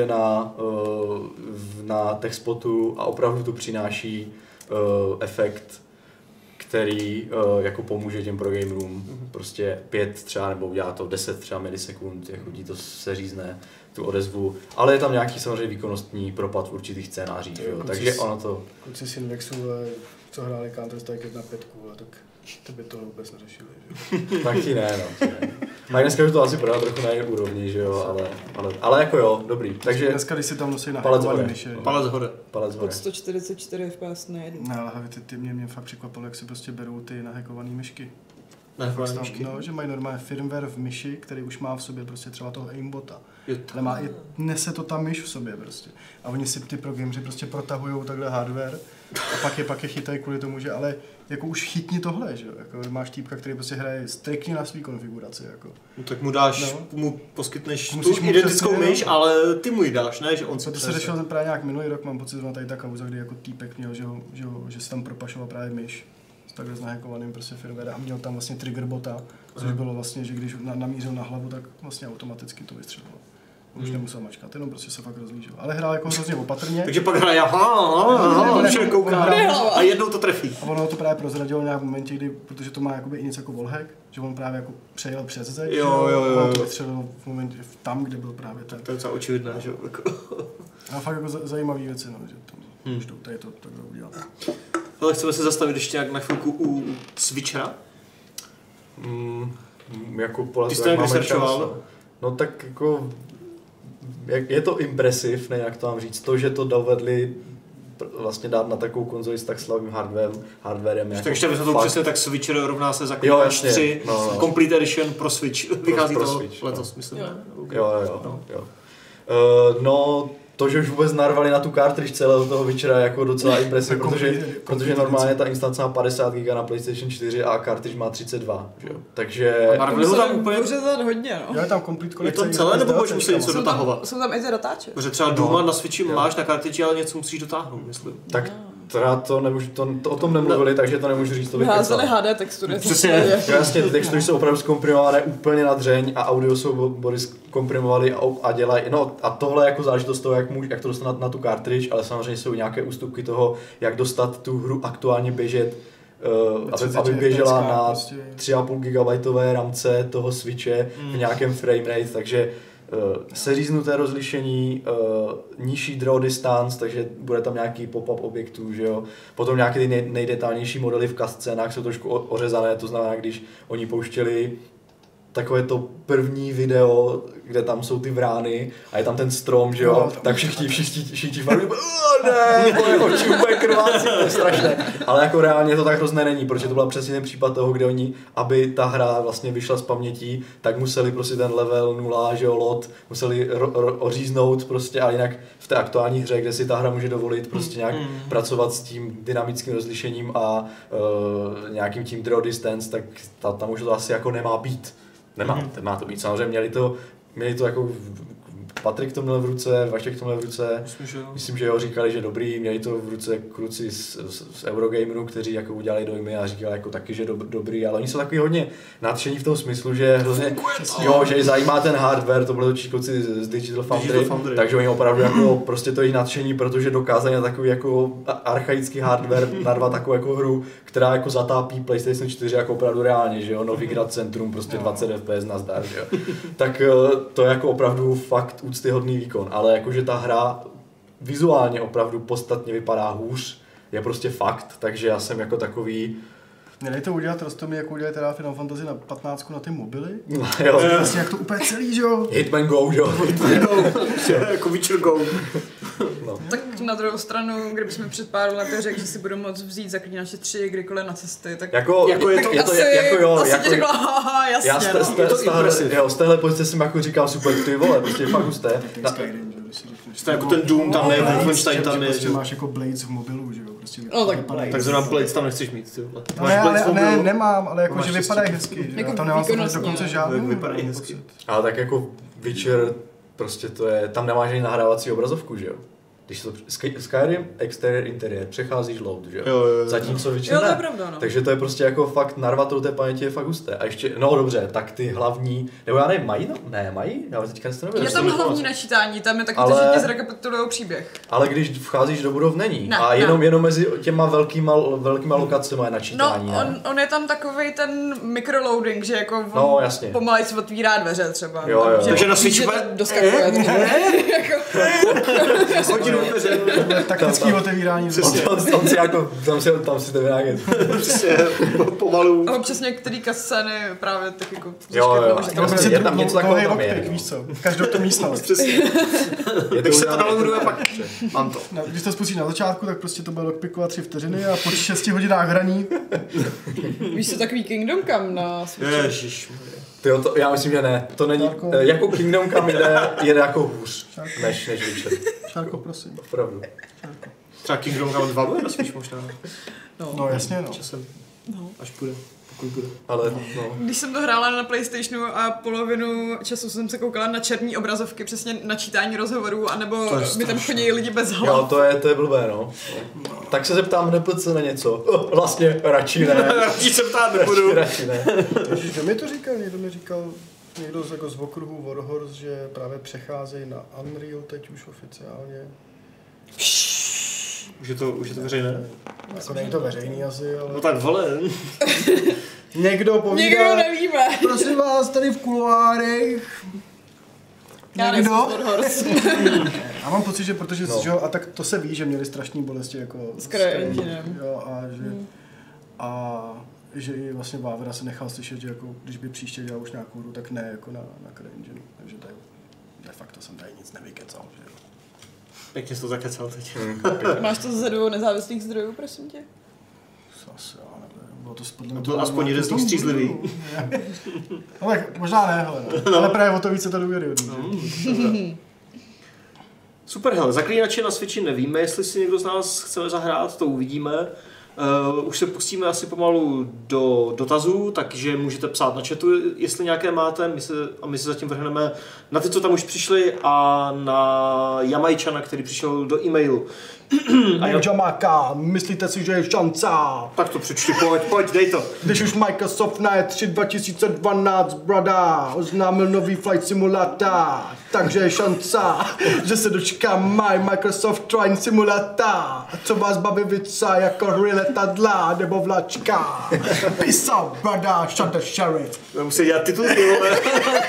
na TechSpotu a opravdu to přináší efekt, který jako pomůže těm progamerům. Prostě 5 třeba nebo udělá to 10 třeba milisekund, jako dí to seřízne tu odezvu, ale je tam nějaký samozřejmě výkonnostní propad v určitých scénářích, jo. Takže ono to... Kluci z Invexu, co hráli Counter-Strike 1.5, tak to by to vůbec neřešili, že? Tak ti ne, no. A dneska už to asi prodá trochu na jiné úrovni, že jo, ale jako jo, dobrý. Takže dneska, když si tam nosí na hackovaný myši. Palec hore. Pod 144 FPS nejedu. Ne, ale ty mě fakt překvapilo, jak se prostě berou ty nahackované myšky. Nahackované myšky? No, že mají normálně firmware v myši, který už má v sobě prostě třeba toho aimbota. Ale nese to ta myš v sobě prostě. A oni si ty programři prostě protahujou takhle hardware a pak je chytají kvůli tomu, že ale jako už chytni tohle, že jo, jako máš týpka, který prostě hraje striktně na svý konfiguraci, jako. No, tak mu dáš, mu poskytneš tu identickou myš, ale ty mu ji dáš, ne, že on si to se řešil ten právě nějak minulý rok, mám pocit, že tady ta kauza, kdy jako týpek měl, že se tam propašoval právě myš s takhle znahackovaným prostě firmware a měl tam vlastně trigger bota, což bylo vlastně, že když namířil na hlavu, tak vlastně automaticky to vystřelilo. Už nemusel mačkat, jenom prostě se fakt rozlížel. Ale hrál jako hrozně opatrně. Takže pak hraje všude kouká a jednou to trefí. A ono to právě prozradilo nějak v momentě, kdy, protože to má jakoby i něco jako wallhack, že on právě jako přejel přes zeď. Jo. A to vystřelilo v momentě tam, kde byl právě ten. To je docela očividné, že jo. A fakt jako zajímavé věci, no, že tam už tady to takhle udělat. Ale chceme se zastavit ještě nějak na chvilku u Switchera? Jako ty jsi to jak researchoval? No tak jako... Je to impresiv, ne jak to mám říct, to, že to dovedli vlastně dát na takovou konzoli s tak slabým hardwarem. Jako ještě vysvětlil přesně, tak Switcher rovná se za 3 Complete Edition pro Switch. Vychází pro to Switch, letos, myslím. Jo. No, to, že už vůbec narvali na tu cartridge celého toho Witchera jako docela impresiv, protože normálně ta instance má 50 GB na PlayStation 4 a cartridge má 32, že jo. Takže... Narvali ho tam úplně... hodně, no. Jo, je tam complete kolekce. Je to celé, nebo můžeš musí něco dotahovat? Jsou tam i ty dotáče. Protože třeba Duma na Switchi máš na cartridge, ale něco musíš dotáhnout, myslím. Tak teda to o tom nemluvili, takže to nemůžu říct, to vyházeli HD textury. Přesně. Jasně, ty textury jsou opravdu zkomprimované úplně na dřeň a audio soubory zkomprimovali a dělají, no a tohle jako záležitost toho, jak to dostat na tu cartridge, ale samozřejmě jsou nějaké ústupky toho, jak dostat tu hru aktuálně běžet, aby běžela na 3,5 GB ramce toho Switche v nějakém frame rate, takže seříznuté rozlišení, nižší draw distance, takže bude tam nějaký pop-up objektů, že jo. Potom nějaké ty nejdetálnější modely v cutscénách jsou trošku ořezané, to znamená, když oni pouštěli takové to první video, kde tam jsou ty vrány a je tam ten strom, že jo, tak všichni fanují, ne, oči úplně krvácí, to je strašné. Ale jako reálně to tak hrozné není, protože to byl přesně ten případ toho, kde oni, aby ta hra vlastně vyšla z paměti, tak museli prostě ten level 0, že jo, lot, museli oříznout prostě, a jinak v té aktuální hře, kde si ta hra může dovolit prostě nějak pracovat s tím dynamickým rozlišením a nějakým tím draw distance, tak tam už to asi jako nemá být. Nemá to být. Samozřejmě měli to jako Patrik to měl v ruce, Vašek to měl v ruce. Myslím, že jo, říkali, že dobrý, měli to v ruce kluci z Eurogameru, kteří jako udělali dojmy a říkali jako taky, že dobrý, ale oni jsou takový hodně nadšení v tom smyslu, že hrozně, jo, že zajímá ten hardware, to byli točí kluci z Digital Foundry, takže oni opravdu jako prostě to jejich nadšení, protože dokázali na takový jako archaický hardware narvat takovou jako hru, která jako zatápí PlayStation 4 jako opravdu reálně, že jo, Novigrad Centrum, prostě 20 FPS nazdar, že jo. Tak to je jako opravdu fakt úctyhodný výkon, ale jakože ta hra vizuálně opravdu podstatně vypadá hůř, je prostě fakt, takže já jsem jako takový... Měli to udělat Rostomy, jako udělali teda Final Fantasy na 15 na ty mobily? No, jo. Vlastně jak to úplně celý, že jo? Hitman Go, že jo? Hitman Go, jako Witcher Go. No. Tak na druhou stranu, kdybychom před pár lety řekli, že si budou moct vzít Zaklínače 3 kdykoliv na cesty, tak jako ti řekla, haha, jasně. Já z téhle pozice jsem jako říkal super, ty vole, prostě fakt husté. To jako ten Doom tam je, Wolfenstein tam je. Prostě máš jako Blades v mobilu, že jo? prostě tak zrovna Blades tam nechceš mít, ty vole. Ne, nemám, ale jako, že vypadají hezky. Jako tam nemám dokonce žádný. Vypadají hezky. Ale tak jako Witcher, prostě to je, tam nemáš ani nahrávací obrazovku, že jo? Když to Skyrim, exterior, interiér, přecházíš load, že jo? Zatímco Witcher ne. ne. Pravda, no. Takže to je prostě jako fakt narvat do té paměti je fakt husté. A ještě, no dobře, tak ty hlavní, nebo já nevím, mají? No? Ne, mají? Já teďka si to nevím. Je tam hlavní načítání, tam je taky to, že ti zrekapitulujou příběh. Ale když vcházíš do budov, není. Ne, a jenom mezi těma velkýma lokacemi je načítání. No, on je tam takovej ten microloading, že jako no, jasně. Pomalej se otvírá dveře třeba. Jo. Takže na Switchi doskakuje. Taktický otevírání. Tam si to vyráget. Přesně, pomalu. A občas některý scény právě tak jako... Jo. Je tam něco takového tam je. Víš co, každou tu místnost. Přesně. Když se to downloaduje, pak mám to. Když to spustíš na začátku, tak prostě to bude lockpickovat 3 vteřiny a po 6 hodinách hraní. Víš co, takový Kingdom Come na Switchi? Ježišmarja. Já myslím, že ne. To není, jako Kingdom Come jede jako hůř, než Witcher. Šárko, prosím. Opravdu. Třeba Kingdom Come 2 bude na Switch možná. No jasně, no. Časem. Až bude. Pokud bude. Ale Když jsem to hrála na PlayStationu a polovinu času jsem se koukala na černý obrazovky, přesně načítání rozhovorů, anebo mi tam chodí lidi bez hlav. Jo, to je blbé, no. Tak se zeptám NPC na něco. Vlastně radši ne. Radši se ptát nebudu. Radši ne. Kdo mi to říkal? Někdo mi říkal, někdo z okruhu Warhorse, že právě přecházejí na Unreal teď už oficiálně. Už je to veřejné? Jako není to veřejný asi, ale... No tak vole. Někdo povídá... Někdo nevíme. Prosím vás, tady v kuloárech. Někdo? Já mám pocit, že protože a tak to se ví, že měli strašný bolesti jako s CryEnginem. Jo, a že i vlastně Vávra se nechal slyšet, že jako, když by příště dělal už nějakou hru, tak ne jako na CryEngine. Takže tady de facto jsem tady nic nevykecal, že jo. Pěkně jsi to zakecal teď. Máš to ze 2 nezávislých zdrojů, prosím tě? Zase, já nevím, bylo to spodle. To aspoň jeden z nich střízlivý. No tak možná ne, ale právě o to více to důvěryhodný. Super, hele, Zaklínače na Switchi nevíme, jestli si někdo z nás chceme zahrát, to uvidíme. Už se pustíme asi pomalu do dotazů, takže můžete psát na chatu, jestli nějaké máte, my se zatím vrhneme na ty, co tam už přišli, a na Jamajčana, který přišel do e-mailu. Jamaica, myslíte si, že je šance? Tak to přečti, pojď, dej to. Když už Microsoft na E3 2012, brada, oznámil nový Flight Simulator, takže je šance, že se dočká Microsoft Train Simulator, co vás baví více jako hry letadla nebo vlačka. Peace out, brada, shut the sheriff. Musí dělat titulky, vole.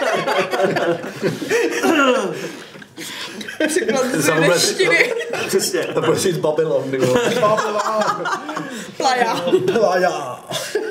Překlad z reštiny. Přesně. To bude říct Babylon, nebo. Playa.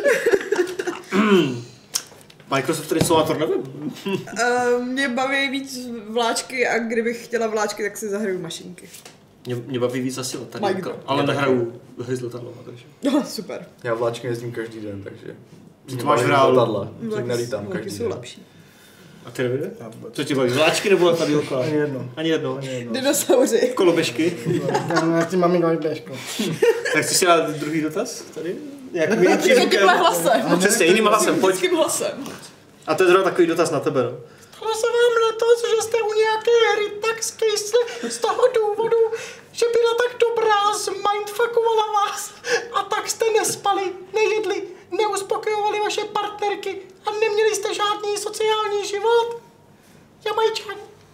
Microsoft Train Simulator, nevím. Mě baví víc vláčky a kdybych chtěla vláčky, tak si zahraju mašinky. Mě baví víc asi letadla, ale nehraju hry s letadlama, takže. No, super. Já vláčky jezdím každý den, takže. To máš v reálu. Letadla, nelítám každý den. Lepší. A ty nevím? Co ti baví? Vláčky nebo letadílka? Ani jedno. Dinosauři. Koloběžky? Já tím mám koloběžku. Tak chceš si dát druhý dotaz tady? Tímhle hlasem. No přesně, jiným hlasem, pojď. Hlasem. A to je zrovna takový dotaz na tebe, no. Stalo se vám letos, že jste u nějaké hry tak skysli z toho důvodu, že byla tak dobrá, zmindfuckovala vás a tak jste nespali, nejedli, neuspokojovali vaše partnerky a neměli jste žádný sociální život? Jamajčan.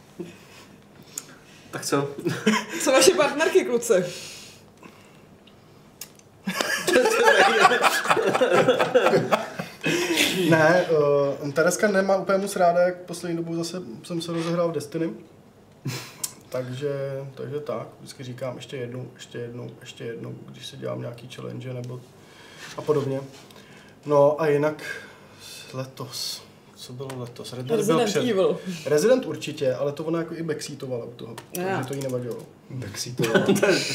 Tak co? Co vaše partnerky, kluci? Ne, Tereska nemá úplně moc ráda, jak poslední dobou zase jsem se rozehrál v Destiny. takže tak, vždycky říkám ještě jednou, když si dělám nějaký challenge nebo a podobně. No a jinak letos, co bylo letos? Resident Evil. Resident určitě, ale to ona jako i backseatovala u toho, takže to jí nevadilo. Backseatovala.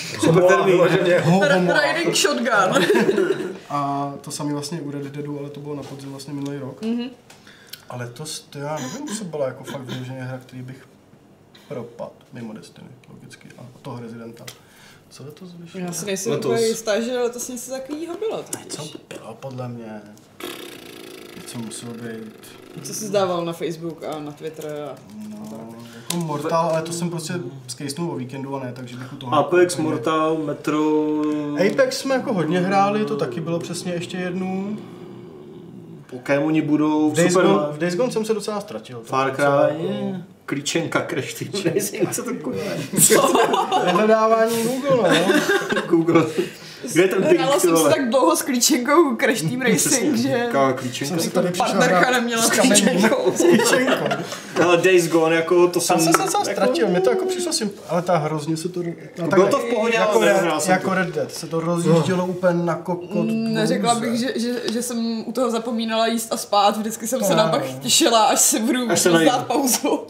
Riding shotgun. A to samé vlastně u Red Deadu, ale to bylo na podzim vlastně minulý rok. Mm-hmm. A letos to já nevím, co byla jako fakt vyloženě hra, který bych propad mimo Destiny, logicky, a toho Residenta. Co letos vyšlo? Já si nejsem úplně jistá, že letos něco takového bylo. Co bylo podle mě? Co muselo být? Co jsi zdával na Facebook a na Twitter a... No, jako Mortal, ale to jsem prostě skejsnul o víkendu a ne, takže bych u toho... Apex, Mortal, Metro... Apex jsme jako hodně hráli, to taky bylo přesně ještě jednu. Pokémoni budou... V Days Gone jsem se docela ztratil. Far Cry, klíčenka, Crash Team Racing, co to kurva? Vyhledávání Google, no. Google. Kde je ten Bing, Hrála jsem se tak dlouho s klíčenkou Crash Team Racing, že jsem si tady partnerka neměla s klíčenkou. Ale Days Gone, jako to jsem... Tam jsem se ztratil, mě to jako přišlo ale ta hrozně se to... Bylo to v pohodě, jako Red Dead, se to rozjíždělo úplně na kokot. Neřekla bych, že jsem u toho zapomínala jíst a spát, vždycky jsem se naopak těšila, až se budu dát pauzu.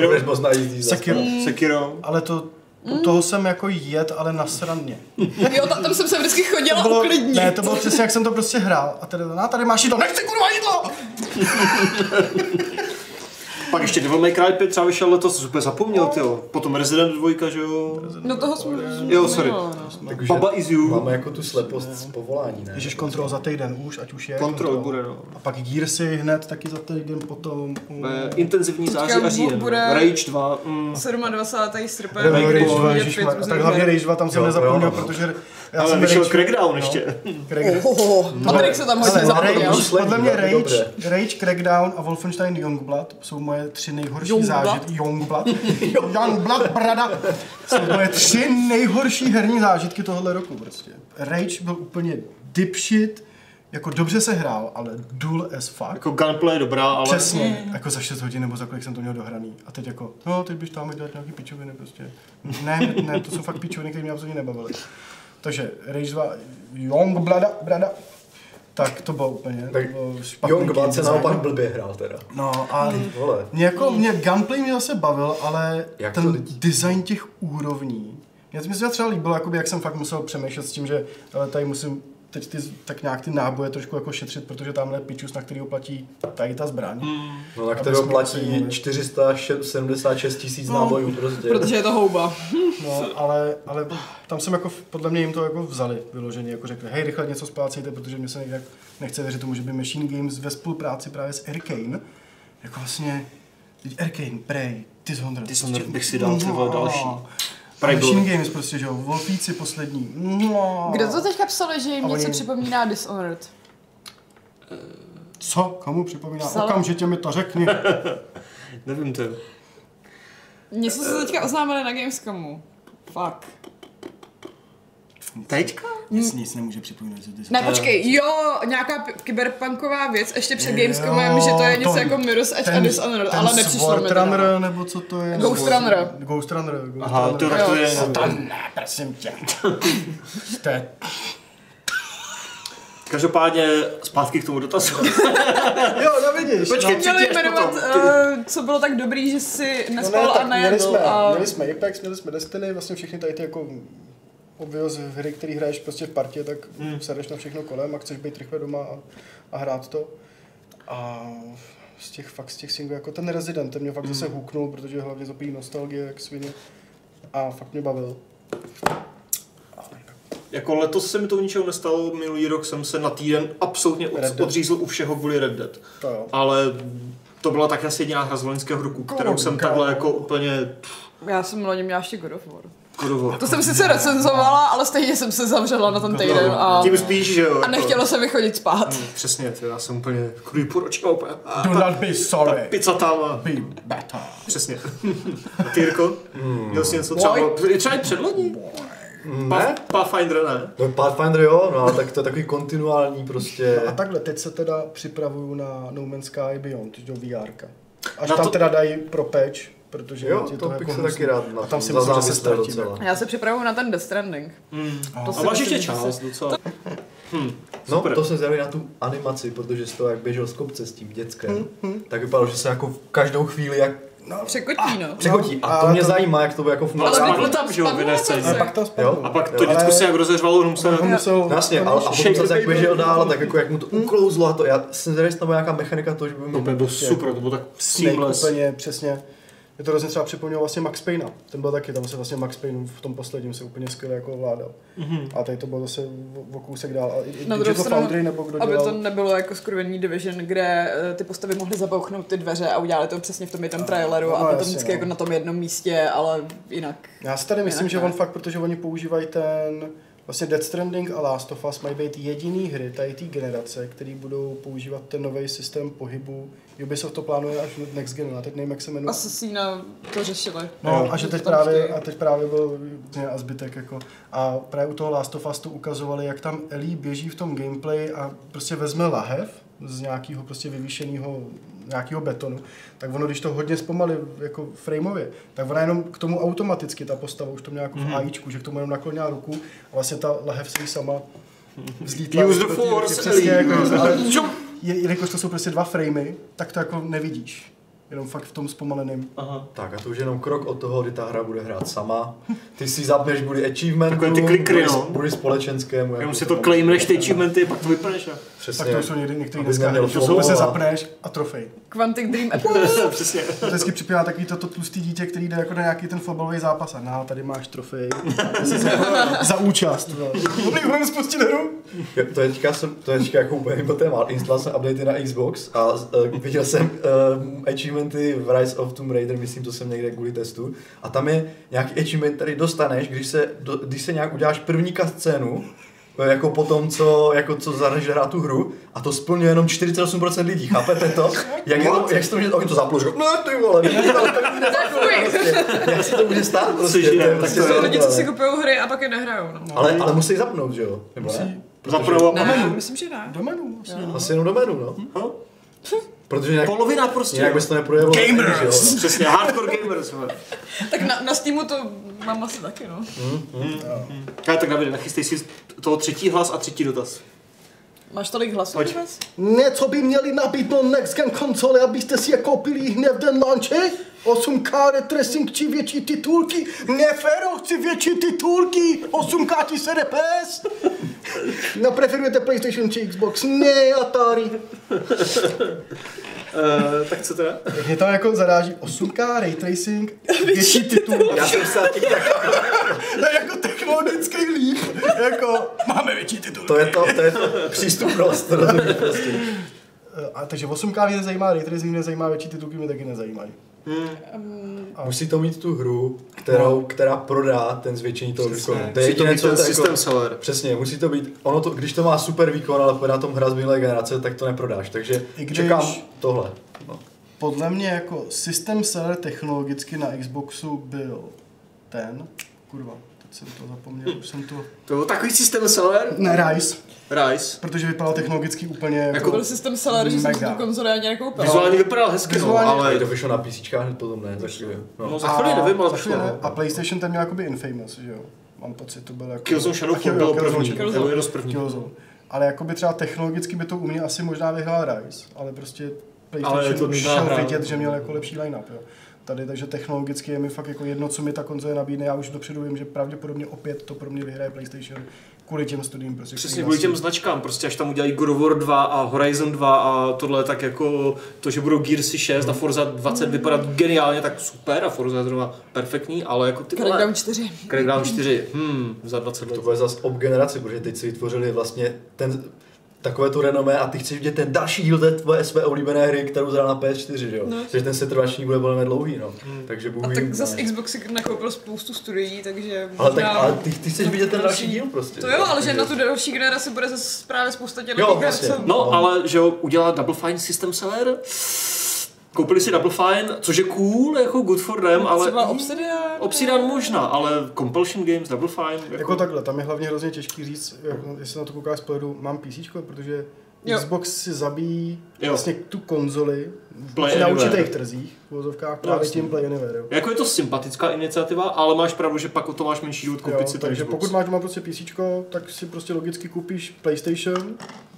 Sekiro. Ale to... U toho jsem jako jet, ale nasraně. Jo, tam jsem se vždycky chodila uklidnit. Ne, to bylo přesně, jak jsem to prostě hrál. A tady máš jídlo, nechci kurva jídlo! Pak ještě Devil May Cry 5 třeba vyšel letos, super zapomněl, tyjo. Potom Resident 2, že jo? No toho jsme... Jo, sorry. Baba is you. Máme jako tu slepost z povolání, ne? Ježiš, Control za týden už, ať už je. Control bude, no. A pak Gearsy hned taky za týden potom. Intenzivní září a říjen. Rage 2. 27. srpen. Rage 2, ježišmar. Tak hlavně Rage 2 tam jsem nezapomněl, protože... Ale vyšel Crackdown ještě. Patrik se tam hodně zapomněl. Podle mě Rage, Crackdown a Wolfenstein Youngblood jsou moje 3 nejhorší zážitky. Youngblood, brada. Jsou moje 3 nejhorší herní zážitky tohohle roku prostě. Rage byl úplně dipshit, jako dobře se hrál, ale dull as fuck. Jako gunplay dobrá, ale... Přesně, jako za 6 hodin nebo za kolik jsem to měl dohraný. A teď jako, no teď bys tam dělat nějaký pičoviny prostě. Ne, to jsou fakt pičoviny, které mě absolutně nebavily. Takže Rage 2, Youngblood, brada. Tak to bylo úplně, tak Youngblood se naopak blbě hrál teda. No a mě gunplay mě zase bavil, ale jak ten design těch úrovní. Mě se třeba líbilo, jakoby, jak jsem fakt musel přemýšlet s tím, že ale tady musím teď tak nějak ty náboje trošku jako šetřit, protože tamhle pičus, na kterýho platí tady ta zbraň. No na kterého platí 476 000 nábojů prostě. Protože je to houba. No, ale tam jsem jako, podle mě jim to jako vzali vyloženě, jako řekli, hej, rychle něco splácejte, protože mě se nějak nechce věřit tomu, že by Machine Games ve spolupráci právě s Arcane, jako vlastně, Arcane, Prey, Dishonored bych si dal třeba další. Machine Games prostě, že jo, Wolfíci poslední. No. Kdo to teďka psali, že jim něco připomíná Dishonored? Co? Komu připomíná? Okamžitě mi to řekni. Nevím to. Něco se teďka oznámili na Gamescomu. Fuck. Teďka? Nic nemůže připomínat. Ne, počkej, jo, nějaká kyberpunková věc, ještě před Gamescomem, že to je něco jako Mirror's Edge a Dishonored, ale nepřišlo mi to. Runner, nebo co to je? Ghost Runner. Ghost Runner. Aha, to tak to je. To ne, prosím tě. Každopádně zpátky k tomu dotazu. Jo, no vidíš. Počkej, Měli jmenovat, co bylo tak dobrý, že si nespal a nejedl. Měli jsme Apex, měli jsme Destiny, vlastně všechny tady ty jako obvious hry, který hraješ prostě v partě, tak sedeš na všechno kolem a chceš být rychle doma a hrát to. A z těch singlů, jako ten Resident, ten mě fakt zase huknul, protože hlavně zopí nostalgie jak svině a fakt mě bavil. Jako letos se mi to ničeho nestalo, minulý rok jsem se na týden absolutně odřízl u všeho kvůli Red Dead. Ale to byla tak asi jediná hra z loňského roku, kterou jsem takhle jako úplně... Já jsem loni měla ještě God of War. War. To jsem sice recenzovala, ale stejně jsem se zavřela na ten týden a... Tím spíš, že jo. A nechtělo se mi chodit spát. Přesně, já jsem úplně krůj poročka úplně. Do not be sorry. Pizza tam a... Be better. Přesně. A ty, Jirko? Měl jsi něco třeba předlodní? Ne? Pathfinder ne? No Pathfinder jo, no ale tak to je takový kontinuální prostě... No a takhle, teď se teda připravuju na No Man's Sky Beyond, do VR-ka. Až tam teda dají pro patch, protože jo, to bych jako se taky rád na a tam si myslím, že se ztratím. Já se připravuju na ten Death Stranding. A máš ještě čas docela. No, to jsem zjavil na tu animaci, protože jsi to jak běžel z kopce s tím dětskem, tak vypadalo, že se jako každou chvíli jak překotí. A to mě zajímá, jak to bude jako fungovat. Ale spadl tam, že jo, v jedné scéně. A pak to děcko se jak rozeřvalo, musel... Jasně, a potom zase jak běžel dál, tak jako jak mu to uklouzlo a to, já jsem zvědavý, že tam byla nějaká mechanika toho, že by to bylo super, to bylo tak seamless. Úplně přesně. Je to hrozně třeba připomnělo vlastně Max Payna. Ten byl taky, tam se vlastně Max Payne v tom posledním se úplně skvěle jako ovládal. A tady to bylo zase o kousek dál. Na druhou stranu, nebo kdo aby dělal... to nebylo jako skurvený Division, kde ty postavy mohly zabouchnout ty dveře a udělali to přesně v tom jednom traileru a potom vždycky jako na tom jednom místě, ale jinak. Já si tady myslím, že on fakt, protože oni používají ten vlastně Death Stranding a Last of Us mají být jediný hry tady té generace, který budou používat ten nový systém pohybu. Ubisoft to plánuje až next gen, a teď nevím, jak se jmenuje. Assassina to řešili. No, a že teď právě byl a zbytek jako. A právě u toho Last of Us to ukazovali, jak tam Ellie běží v tom gameplay a prostě vezme lahev z nějakého prostě vyvýšeného nějakého betonu, tak ono, když to hodně zpomalí jako frameově, tak ona jenom k tomu automaticky, ta postava už to měla jako v AIčku, že k tomu jenom naklonila ruku a vlastně ta lahev si sama vzlítla. Use the force, Ellie. Jako, ale jelikož to jsou prostě 2 framey, tak to jako nevidíš. Jenom fakt v tom zpomaleném. Aha. Tak a to už jenom krok od toho, kdy ta hra bude hrát sama. Ty si zapneš, bude achievement, takové ty klikry, no. Bude společenskému. Jenom si to claimneš, ty achievementy, pak to vypneš. Přesně. Tak to jsou některý dneska hry, to se zapneš a trofej. Quantic Dream Přesně. To vždycky připomíná takový to tlustý dítě, který jde jako na nějaký ten fotbalový zápas a tady máš trofej. za účast. Můžeme spustit hru? To je teďka jako úplně mimo téma. Instaloval jsem updaty na Xbox a viděl jsem achievementy v Rise of Tomb Raider, myslím, to jsem někde kvůli testu. A tam je nějaký achievement, který dostaneš, když se nějak uděláš první cutscénu, jako po tom, co zahrneš hrát tu hru, a to splňuje jenom 48% lidí, chápete to? Jak se to může, oni to zapnou, že ne, ty vole, jak se to může stát prostě? Lidi, co si kupují hry a pak je nehrajou, no. Ale musí zapnout, že jo? Zapnout myslím, že ne. Domenu. Asi jenom domenu, no. Protože polovina prostě. Jinak bys to neprojevilo. Gamers! Přesně, hardcore gamers. Tak na Steamu to mám asi taky, no. Tak Davide, nachystej si toho 3. hlas a 3. dotaz. Máš tolik hlasů vůbec? Něco by měli nabídnout next gen konzole, abyste si je koupili hned v den launche? 8K retracing či větší titulky? Neféro, chci větší titulky! 8K či DPS? No, preferujete PlayStation či Xbox? Ne, Atari. Tak co teda? Mě tam jako zaráží 8K, ray tracing, větší titulky. Já jsem se to je jako technologický líp, jako máme větší titulky. To je to přístupnost, rozumím prostě. Takže 8K mě nezajímá, ray tracing mě nezajímá, větší titulky mě taky nezajímají. Musí to mít tu hru, která prodá ten zvětšení toho výkonu. To je jediné, co systém seller. Přesně, musí to být, když to má super výkon, ale na tom hra z minulé generace, tak to neprodáš, takže čekám tohle. No. Podle mě jako systém seller technologicky na Xboxu byl ten, kurva, teď jsem to zapomněl, už jsem to... To byl takový systém seller? Ne, Rise. Protože vypadal technologicky úplně jako byl systém seller, že jsem tu konzoli ani nekoupil. Vizuálně vypadal hezky, ale to vyšlo na PCčkách hned potom, ne? No za chvíli nevím, ale vyšlo. A PlayStation ten měl jakoby Infamous, že jo? Mám pocit, to byl jako... Killzone Shadowfall byl první. Ale jakoby třeba technologicky by to u mě asi možná vyhrál Rise, ale prostě PlayStation už šel vidět, že měl jako lepší line-up, jo. Tady, takže technologicky je mi fakt jako jedno, co mi ta konzole nabídne, já už dopředu vím, že pravděpodobně opět to pro mě vyhraje PlayStation kvůli těm studiím. Prostě, přesně kvůli těm značkám, prostě až tam udělají God of War 2 a Horizon 2 a tohle, tak jako to, že budou Gearsy 6 a Forza 20 vypadat geniálně, tak super a Forza je zrovna perfektní, ale jako ty Crackdown 4. Crackdown 4, za 20 let. To bude zase ob generaci, protože teď si vytvořili vlastně takové to renomé a ty chceš vidět ten další díl té tvoje své oblíbené hry, kterou zhrál na PS4, že jo? Takže ten setrvačník bude velmi dlouhý, no. Takže a tak zase Xbox si nakoupil spoustu studií, takže ale ty chceš vidět ten další díl prostě. To jo, ale že na tu další generaci bude zase právě spousta těch her. No, ale že jo, udělá Double Fine system seller. Koupili si Double Fine, což je cool, jako good for them, ale... Třeba Obsidian možná, ale Compulsion Games, Double Fine... Jako takhle, tam je hlavně hrozně těžký říct, jestli na to koukáš z pohledu, mám PCčko, protože Xbox si zabíjí vlastně tu konzoli na určitých trzích, v uvozovkách právě tím Play Anywhere. Jako je to sympatická iniciativa, ale máš pravdu, že pak o to máš menší důvod koupit si to takže Xbox. Pokud máš doma prostě PCčko, tak si prostě logicky koupíš PlayStation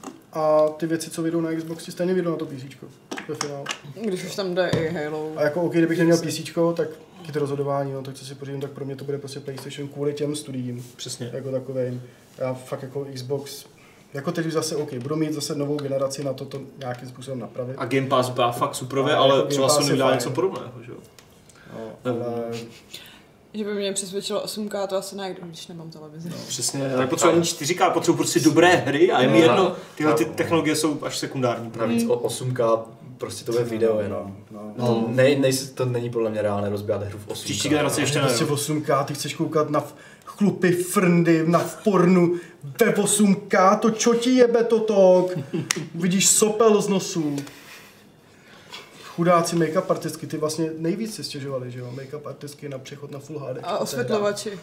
a ty věci, co vyjdou na Xbox, ti stejně vyjdou na to PCčko ve finále. Když už tam jde i Halo. A jako kdybych neměl PCčko, tak to rozhodování, no, tak co si pořídím, tak pro mě to bude prostě PlayStation kvůli těm studiím. Přesně. Jako takovej. Já fakt jako Xbox, jako teď už zase budu mít zase novou generaci na to nějakým způsobem napravit. A Game Pass byla fakt super, ale třeba Sony udělá něco podobného, že jo? Ale... Že by mě přesvědčilo 8K, to asi najdu, když nemám televizi. Přesně, já nepotřebuji ani 4K, potřebuji prostě dobré hry a je mi jedno, tyhle ty technologie jsou až sekundární. Navíc 8K prostě to bude video jenom. To není podle mě reálné rozbíhat hru v 8K. Příští generace ještě ne. Prostě 8K, ty chceš koukat na chlupy frndy, na pornu, ve 8K, to čo ti jebe totok? Vidíš sopel z nosu. Chudáci make-up artistky, ty vlastně nejvíc si stěžovali, že jo? Make-up artistky na přechod na Full HD. A osvětlovači.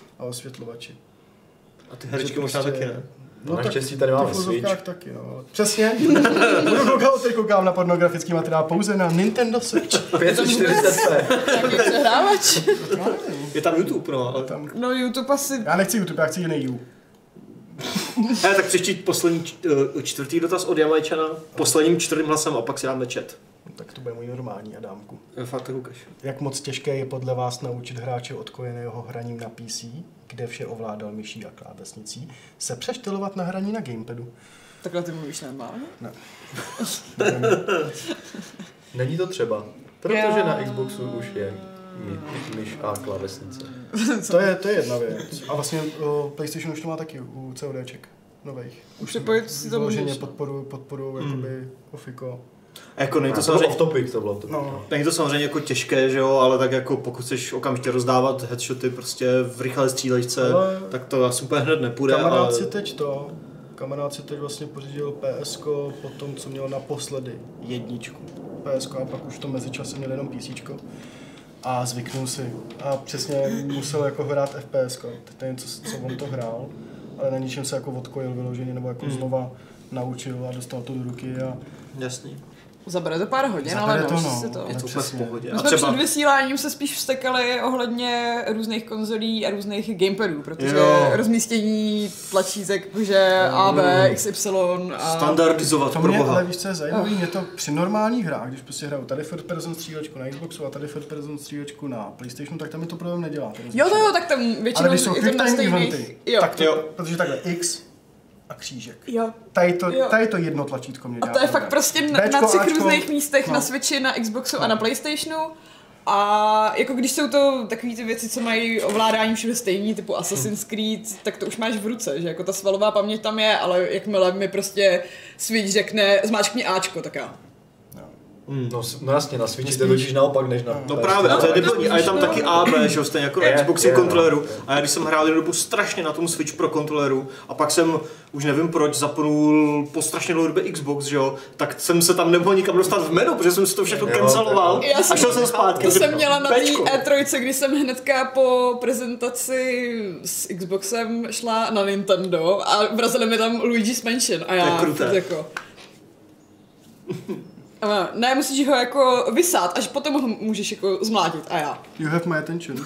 A ty herečky možná taky ne? No naštěstí tady máme Switch. Taky, no. Přesně. Teď koukám na pornografický materiál pouze na Nintendo Switch. 540p. Jaký přehrávač. Je tam YouTube, no. Ale... No YouTube asi... Já nechci YouTube, já chci jiný You. Tak přečti poslední čtvrtý dotaz od Jamajčana, posledním 4. hlasem a pak si dáme chat. Tak to bude můj normální, Adámku. Fakt tak ukaž. Jak moc těžké je podle vás naučit hráče odkojeného hraním na PC, kde vše ovládal myší a klávesnicí, se přeštylovat na hraní na gamepadu? Takhle ty mluvíš normálně? Ne. Není to třeba, protože na Xboxu už je myš a klávesnice. To je jedna věc. A vlastně PlayStation už to má taky u CODček nových. Už připojit si to můžeš. podporují jakoby Ofiko. Jako není to samozřejmě off-topic to bylo to. No. Není to samozřejmě jako těžké, že jo, ale tak jako pokud chceš okamžitě rozdávat headshoty prostě v rychlé střílečce, ale tak to asi úplně hned nepůjde. Kamarád si teď vlastně pořídil PSko po tom, co měl naposledy jedničku PSko a pak už to mezičasem měl jenom PCčko. A zvyknul si. A přesně musel jako hrát FPSko. Teď nevím, co on to hrál, ale na ničem se jako odkojil vyloženě, nebo jako znova naučil a dostal to do ruky a... Jasný. Zabere to pár hodin, ale naučíš se to. Je to v pohodě. My jsme před vysíláním se spíš vztekali ohledně různých konzolí a různých gamepadů, protože rozmístění tlačítek, že A, B, XY a... Standardizovat to mě, ale víš, co je zajímavé, mě to při normálních hrách, když prostě hraju tady first person střílečku na Xboxu a tady first person střílečku na PlayStationu, tak tam mi to problém nedělá. Jo, tak tam většinou ale když jsou quick time eventy, tak to, protože takhle X a křížek. Jo. Tady to jedno tlačítko mě dělá. A to je fakt prostě na 3 různých místech, na Switchi, na Xboxu a na PlayStationu. A jako když jsou to takové ty věci, co mají ovládání všude stejný, typu Assassin's Creed, tak to už máš v ruce, že jako ta svalová paměť tam je, ale jakmile mi prostě Switch řekne, zmáčkni Ačko, tak já. No jasně, na Switchi to točíš naopak než na... No právě, a to je debilní. A je tam taky AB, že jo, stejně jako na Xboxu kontroleru. A já když jsem hrál jednu dobu strašně na tom Switch pro kontroleru a pak jsem, už nevím proč, zapnul po strašně dlouhé době Xbox, že jo, tak jsem se tam nemohl nikam dostat v menu, protože jsem si to všechno canceloval a šel jsem zpátky. To jsem měla na té E3, kdy jsem hnedka po prezentaci s Xboxem šla na Nintendo a vrazili mi tam Luigi's Mansion a já jako... Ne, musíš ho jako vysát, až potom ho můžeš jako zmlátit a já. You have my attention.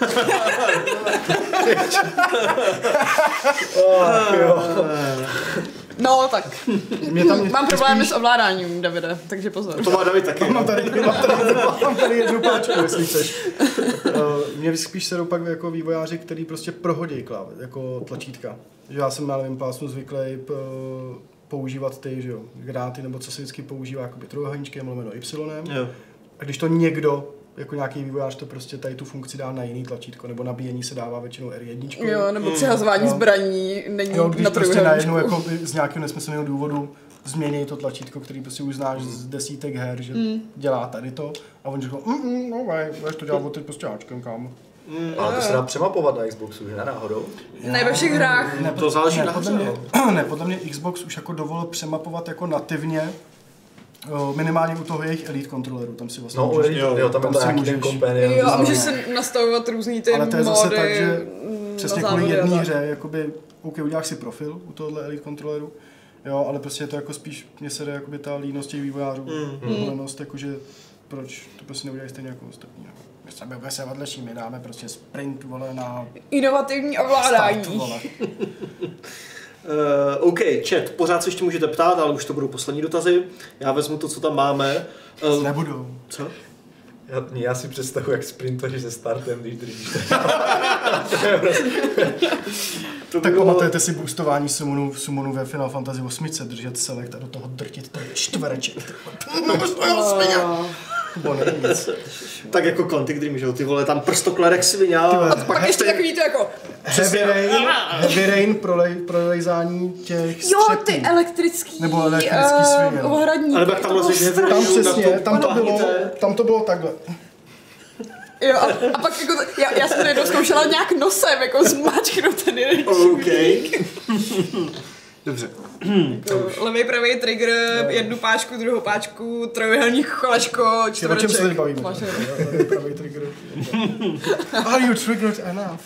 No tak. Mám problémy s ovládáním, Davide, takže pozor. To má David taky. Mám tady jednu páčku, jestli chceš. Mě spíš se pak jako vývojáři, který prostě prohodí jako tlačítka. Že já jsem na levém pásmu zvyklý používat ty, že jo, gráty, nebo co se vždycky používá jakoby trojúhelníčkem, lomeno Y. Jo. A když to někdo, jako nějaký vývojář, to prostě tady tu funkci dá na jiný tlačítko, nebo nabíjení se dává většinou R1. Jo, nebo přehazování zbraní není jo, když na prostě najednou jako z nějakého nesmyslného důvodu změní to tlačítko, který prostě už znáš z desítek her, že dělá tady to, a on řekl, no budeš to dělat teď prostě Ačkem, kámo. Ale to se dá přemapovat na Xboxu, že ne náhodou? Ne ve všech hrách. Ne, to záleží na hře. Ne, podle mě Xbox už jako dovolil přemapovat jako nativně, minimálně u toho jejich Elite kontroleru, tam si vlastně můžeš, jo, tam je to nějaký ten companion. Jo, a můžeš si nastavovat různý ty mody. Ale to je zase tak, že přesně kvůli jedné hře, jakoby, uděláš si profil u tohohle Elite kontroleru, jo, ale prostě je to jako spíš, mně se jde jakoby ta línost těch vývojářů, volenost, jakože proč to prostě neudělají stejně jako ostatní. My se odlišíme, dáme prostě sprint, vole, na... Inovativní ovládání. OK, chat, pořád se ještě můžete ptát, ale už to budou poslední dotazy. Já vezmu to, co tam máme. Nebudou. Co? Já si představuji, jak sprintuješ se startem, když držíš. Tak pamatujete si boostování summonu ve Final Fantasy 8, držet select a do toho drtit ten čtvereček. Tak jako Quantic Dream, že jo, ty vole, tam prstoklerek svině a pak ještě takový to jako... Heavy Rain prolejzání těch střepů. Jo, ty elektrický... Nebo elektrický svině. Ohradníky. Ale pak tam vlastně Tam přesně, tam to bylo takhle. Jo, a pak jako, já jsem to jednou zkoušela nějak nosem, jako zmáčknout ten jeden OK. Dobře. Levý, pravý trigger, jednu páčku, druhou páčku, trojuhelník kolečko, čtvrček. O čem se teď bavíme? Levý, pravý trigger. Are you triggered enough?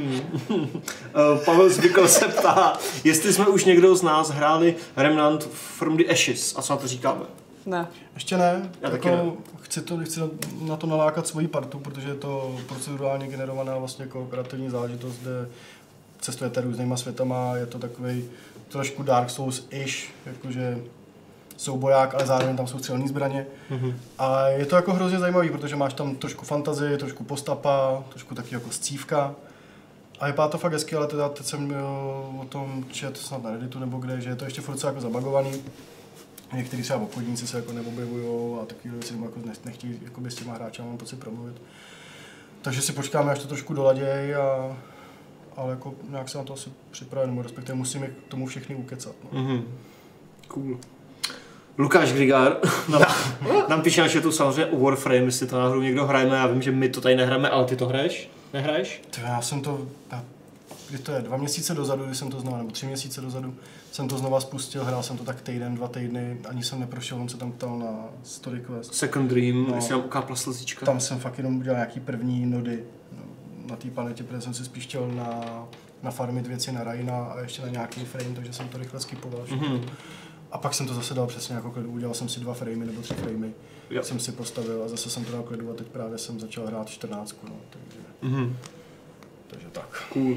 Pavel Zvykl se ptá, jestli jsme už někdo z nás hráli Remnant from the Ashes a co na to říkáme? Ne. Ještě ne. Já taky ne. Chci na to nalákat svoji partu, protože je to procedurálně generovaná vlastně kooperativní záležitost, kde cestujete různýma světama, je to takovej trošku Dark Souls-ish, jakože souboják, ale zároveň tam jsou střelné zbraně. Mm-hmm. A je to jako hrozně zajímavý, protože máš tam trošku fantazii, trošku postapa, trošku taky jako scívka. A vypadá to fakt hezky, ale teda teď jsem o tom čet snad na Redditu nebo kde, že je to ještě furt jako zabagovaný. Někteří třeba obchodníci se jako neobjevují a takové věci jako nechtějí jako s těma hráči, mám pocit promluvit. Takže si počkáme, až to trošku doladěj, ale jako nějak se na to asi připravím, respektive musíme k tomu všechny ukecat. No. Mm-hmm. Cool. Lukáš Grigár nám píše na chatu samozřejmě o Warframe, jestli to náhodou někdo hrajeme, já vím, že my to tady nehrajeme, ale ty to hraješ? Nehraješ? Já jsem to, kdy to je, 2 měsíce dozadu, kdy jsem to znova, nebo 3 měsíce dozadu, jsem to znova spustil, hrál jsem to tak týden, 2 týdny, ani jsem neprošel, on se tam ptal na Story Quest. Second Dream, jestli nám ukápla slzička. Tam jsem fakt jenom udělal nějaký první nody na té planetě, protože jsem si spíš chtěl na farmit věci na Raina a ještě na nějaký frame, takže jsem to rychle skipoval. Mm-hmm. A pak jsem to zase dal přesně jako klidu, udělal jsem si 2 framey nebo 3 framey, jsem si postavil a zase jsem to dal klidu a teď právě jsem začal hrát 14, no, takže tak. Cool.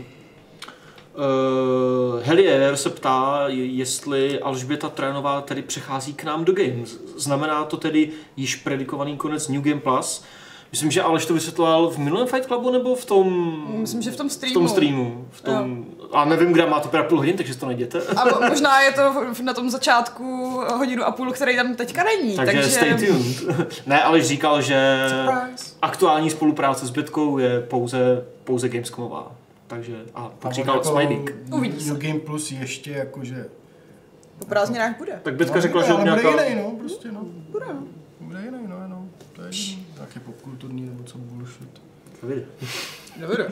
Helier se ptá, jestli Alžběta Trajanová tedy přechází k nám do Games. Znamená to tedy již predikovaný konec New Game Plus? Myslím, že Aleš to vysvětloval v minulém Fight Clubu nebo v tom... Myslím, že v tom streamu. A nevím, kde má to teda půl hodin, takže to najděte. A možná je to na tom začátku 1,5 hodiny, který tam teďka není. Takže stay tuned. Ne, Aleš říkal, že aktuální spolupráce s Bětkou je pouze Gamescomová. Takže, pak říkal jako Smileyk. New Game Plus ještě jakože... Po prázdninách bude. Tak Bětka řekla, že nějaká... Bude jiný, no, prostě, no. Bude jiný, no, to je jiný. Tak je popkulturní, nebo co bullshit. Nebude.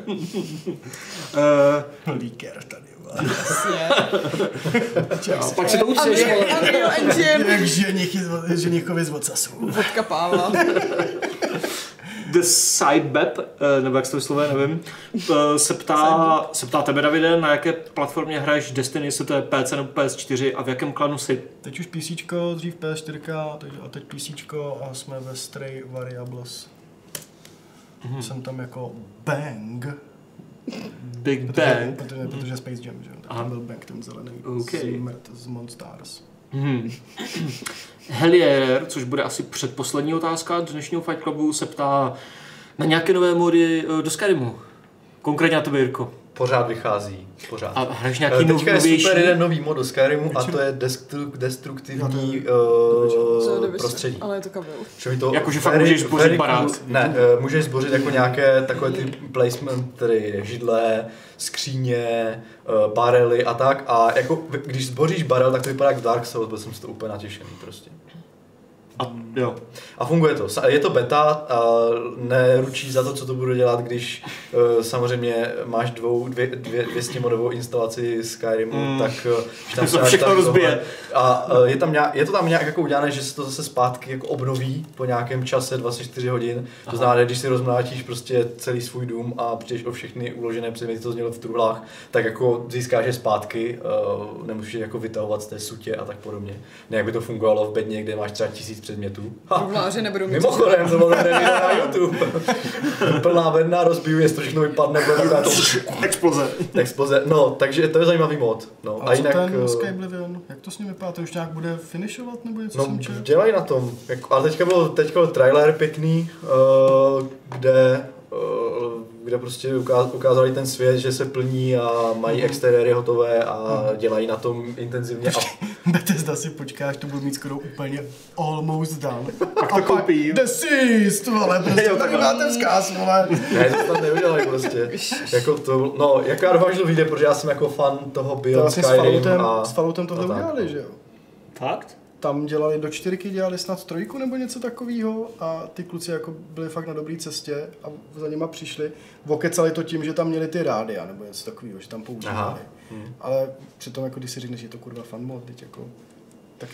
Líker tady, Jasně. Pak se to učíš. Unreal Engine. Jak ženichovi z Vocasu. Vodka Páva. The Sidebep, nebo jak se to vyslovuje, nevím, se ptá tebe, Davide, na jaké platformě hraješ Destiny, jestli to je PC nebo PS4 a v jakém klanu jsi? Teď už PCčko, dřív PS4 a teď PCčko a jsme ve Stray Variables. Jsem tam jako Bang. Big Bang? Protože Space Jam, že jo? Tak tam byl Bang, ten zelený z Monstars. Helier, což bude asi předposlední otázka dnešního Fight Clubu, se ptá na nějaké nové mody do Skyrimu. Konkrétně na tebe, Jirko. Pořád vychází, pořád. A hraješ nějaký novější? Teďka je super jeden nový mod do Skyrimu a to je destruktivní prostředí. Ale je to kabel. Jakože fakt můžeš zbořit barák. Ne, můžeš zbořit jako nějaké takové ty placement, tedy židle, skříně, barely a tak. A jako když zboříš barel, tak to vypadá jak v Dark Souls, byl jsem si to úplně natěšený prostě. A funguje to. Je to beta a neručí za to, co to bude dělat, když samozřejmě máš 200 modovou instalaci Skyrimu, tak tam se všechno rozbije. A je to tam nějak jako udělané, že se to zase zpátky jako obnoví po nějakém čase 24 hodin. To znamená, když si rozmlátíš prostě celý svůj dům a přijdeš o všechny uložené předměty, to znělo v truhlách, tak jako získáš je zpátky, nemusíš jako vytahovat z té sutě a tak podobně. Ne, jak by to fungovalo v bedně, kde máš třeba 1000 předmětů. Truhláři nebudou mít. Mimochodem, to bylo video na YouTube. Plná bedna, rozbijuje, to všechno vypadne, bude Exploze. No, takže to je zajímavý mod. No, a jinak, ten Skyblivion, jak to s ním vypadá? To už nějak bude finishovat nebo něco jsem čel? No, dělají na tom. Ale teďka byl trailer pěkný, kde kde prostě ukázali ten svět, že se plní a mají exteriéry hotové a dělají na tom intenzivně. Bethesda si počkáš, to bude mít skoro úplně almost done. Pak to koupí. Deceased, vole, prostě tady máte vzkaz, vole. Ne, to tam neudělali prostě. Jako to, no, jako já doufám, že to vyjde, protože já jsem jako fan toho Beyond Skyrim s Falloutem tohle udělali, že jo? Fakt? Tam dělali do 4, dělali snad 3 nebo něco takového a ty kluci jako byli fakt na dobré cestě a za nima přišli. Okecali to tím, že tam měli ty rádia nebo něco takového, že tam používali. Ale přitom jako když si řekneš, že je to kurva fan mod, teď jako tak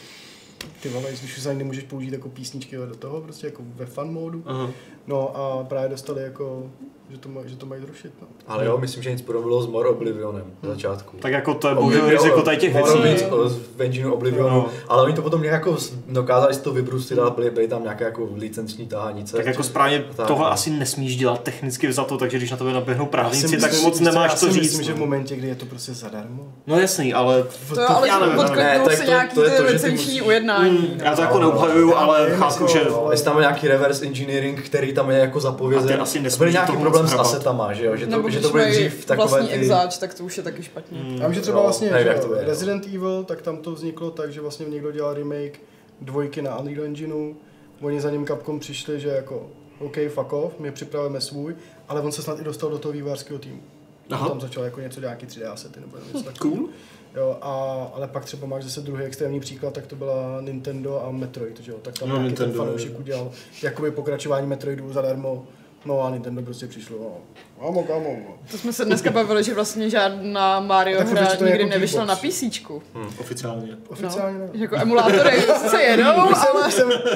ty vole, když už ani nemůžeš použít jako písničky do toho, prostě jako ve fan módu. No a právě dostali jako že to mají zrušit. No. Ale jo, myslím, že nic podobného bylo s More Oblivionem na začátku. Tak jako to je bohužel riziko tady těch věcí. V engineu Oblivionu, ale oni to potom nějak jako dokázali si to vybrustit, ale byly tam nějaké jako licenční tahanice. Tak jako správně tohle asi nesmíš dělat technicky vzato, takže když na tebe naběhnou právníci, tak moc nemáš to říct. Já myslím, že v momentě, kdy je to prostě zadarmo. No jasný, ale to ale podkliknou se nějaký ty licenční ujednání. Já to jako neobhajuju, ale chápu, že... Jestli tam je nějaký reverse engineering, který tam je jako zapovězen. Byl nějaký problém s asetama, že jo? Že to bude dřív takové vlastní exáč, tak to už je taky špatně. Já vím, že třeba vlastně Resident Evil, tak tam to vzniklo tak, že vlastně někdo dělal remake 2 na Unreal Engineu. Oni za ním Capcom přišli, že jako OK, fuck off, my připravíme svůj, ale on se snad i dostal do toho vývojářského týmu. Tam začal jako něco nějaký 3D asety nebo něco takového. Cool. Jo, ale pak třeba máš zase druhý extrémní příklad, tak to byla Nintendo a Metroid, že jo? Tak tam nějaký ten fanoušek udělal jakoby pokračování Metroidu zadarmo. No a Nintendo prostě přišlo, kámo. To jsme se dneska bavili, že vlastně žádná Mario hra nikdy jako nevyšla na PCčku. Oficiálně. Oficiálně no. Jako emulátory se jedou, ale...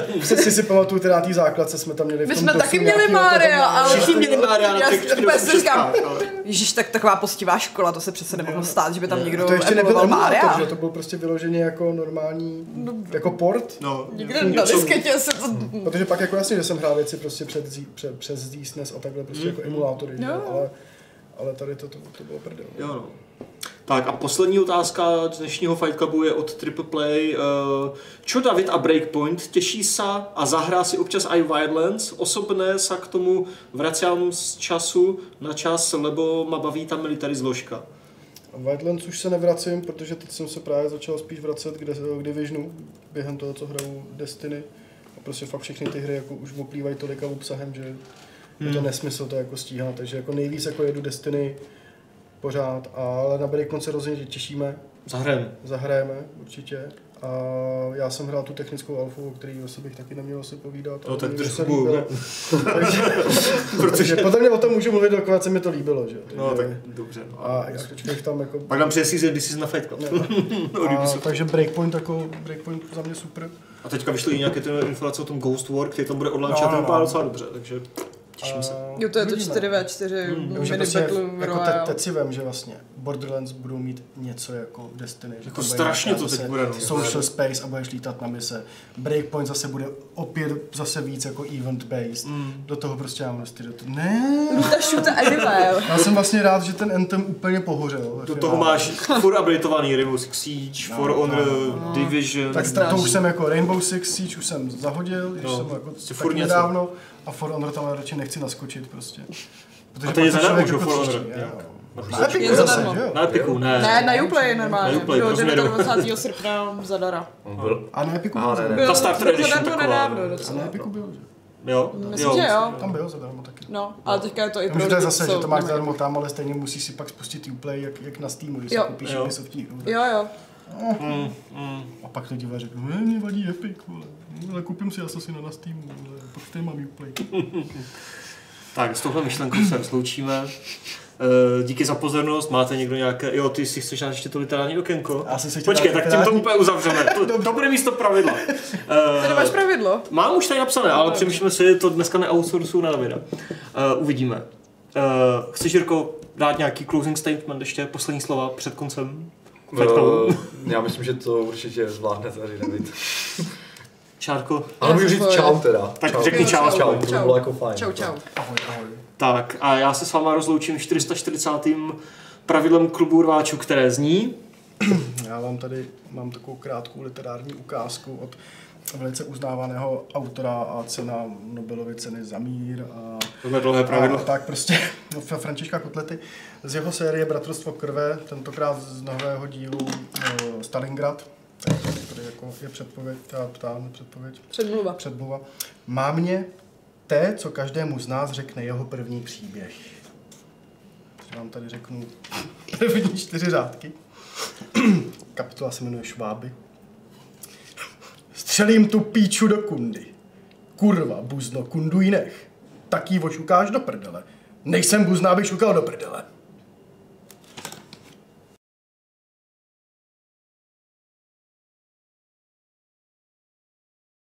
Si pamatuju, teda na té základce jsme tam měli v tom. My jsme taky měli Mario, ale... Všichni měli Mario na těch říkám, Ježíš, tak taková postivá škola, to se přece nemohlo stát, že by tam někdo emuloval Mario. To byl prostě vyloženě jako normální, jako port. No, nikde na disketě se to... Protože pak jako jasně, že jsem hrál věci prostě přes SNES a takhle prostě jako emulátory, ale tady to bylo prdel. Jo, no. Tak a poslední otázka dnešního Fight Clubu je od Triple Play. Čo David a Breakpoint těší se a zahrá si občas i Wildlands? Osobné se k tomu vracím z času na čas, lebo ma baví ta military zložka. Wildlands už se nevracím, protože teď jsem se právě začal spíš vracet k Divisionu během toho, co hraju Destiny. A prostě fakt všechny ty hry jako už oplývají tolika obsahem, že je to nesmysl to jako stíhat, takže jako nejvíc jako jedu Destiny pořád, ale na Breakpoint se rozhodně těšíme. Zahrajeme určitě. A já jsem hrál tu technickou alfu, o který o bych taky neměl asi povídat. No tak trošku. Protože podle mě o tom můžu mluvit, dokud se mi to líbilo, že? No tak dobře. No. A jak tam jako... Pak nám přijde season, když jsi na Fight Club. Takže Breakpoint za mě super. A teďka vyšly nějaké ty informace o tom Ghost War, který tam bude odlančat, ten vypadá docela dobře, takže těším se. Jo, to je to 4v4 mini battle royale. Jako teď si vem, že vlastně Borderlands budou mít něco jako Destiny. Že jako strašně to teď bude. Social space a budeš lítat na mise. Breakpoint zase bude opět zase víc jako event based. Do toho prostě mám prostě ne. Shoot anywhere. Já jsem vlastně rád, že ten Anthem úplně pohořel. Do toho máš furt habilitovaný Rainbow Six Siege, For Honor, Division. Tak to už jsem jako Rainbow Six Siege už jsem zahodil, když jsem jako tak nedávno. A For Honor tam radši nechci naskočit prostě. Protože a teď je zadarmo, že For Honor. Na Epiku zase, jo? Na Epiku, ne. Ne, na Uplay normálně. Na Uplay, do 29. srpna zadara. A na Epiku byl? Ta Starter Edition taková. A na Epiku byl, že? Jo? Myslím, že jo. Tam byl zadarmo taky. No, ale teďka je to i pro lidi, zase, že to máš zadarmo tam, ale stejně musíš si pak spustit Uplay, jak na Steamu, když si koupíš Ubisoftí hru. Jo. A pak to diva řekl, mě vadí Epic, vole. Ale koupím si Assassina na Steamu, vole. Pak tady mám Uplay. Tak, s touhle myšlenkou se rozloučíme. Díky za pozornost, máte někdo nějaké... Jo, ty si chceš dát ještě to literární okénko? Počkej, tak tím to úplně uzavřeme. Dobré místo pravidla. Tady máš pravidlo? Mám už tady napsané, ale přemýšlíme si, to dneska neoutsourcuju na Davida. Uvidíme. Chceš, Jirko, dát nějaký closing statement ještě, poslední slova před koncem? Já myslím, že to určitě zvládne tady David. Čárko. Ale můžu říct čau teda. Tak řekni čau. To bylo jako fajn. Čau. Ahoj. Tak a já se s váma rozloučím 440. pravidlem klubu rváčů, které zní. Já vám tady mám takovou krátkou literární ukázku od velice uznávaného autora a cena Nobelovy ceny za mír a dlouhé pravidlo. A tak prostě Františka Kotlety z jeho série Bratrstvo krve, tentokrát z nového dílu Stalingrad. Tady jako je předpověď, Předmluva. Má mě té, co každému z nás řekne jeho první příběh. Takže vám tady řeknu první 4 řádky. Kapitola se jmenuje Šváby. Střelím tu píču do kundy. Kurva, buzno, kundu jí nech. Tak jí vošukáš do prdele. Nejsem buzna, abych šukal do prdele.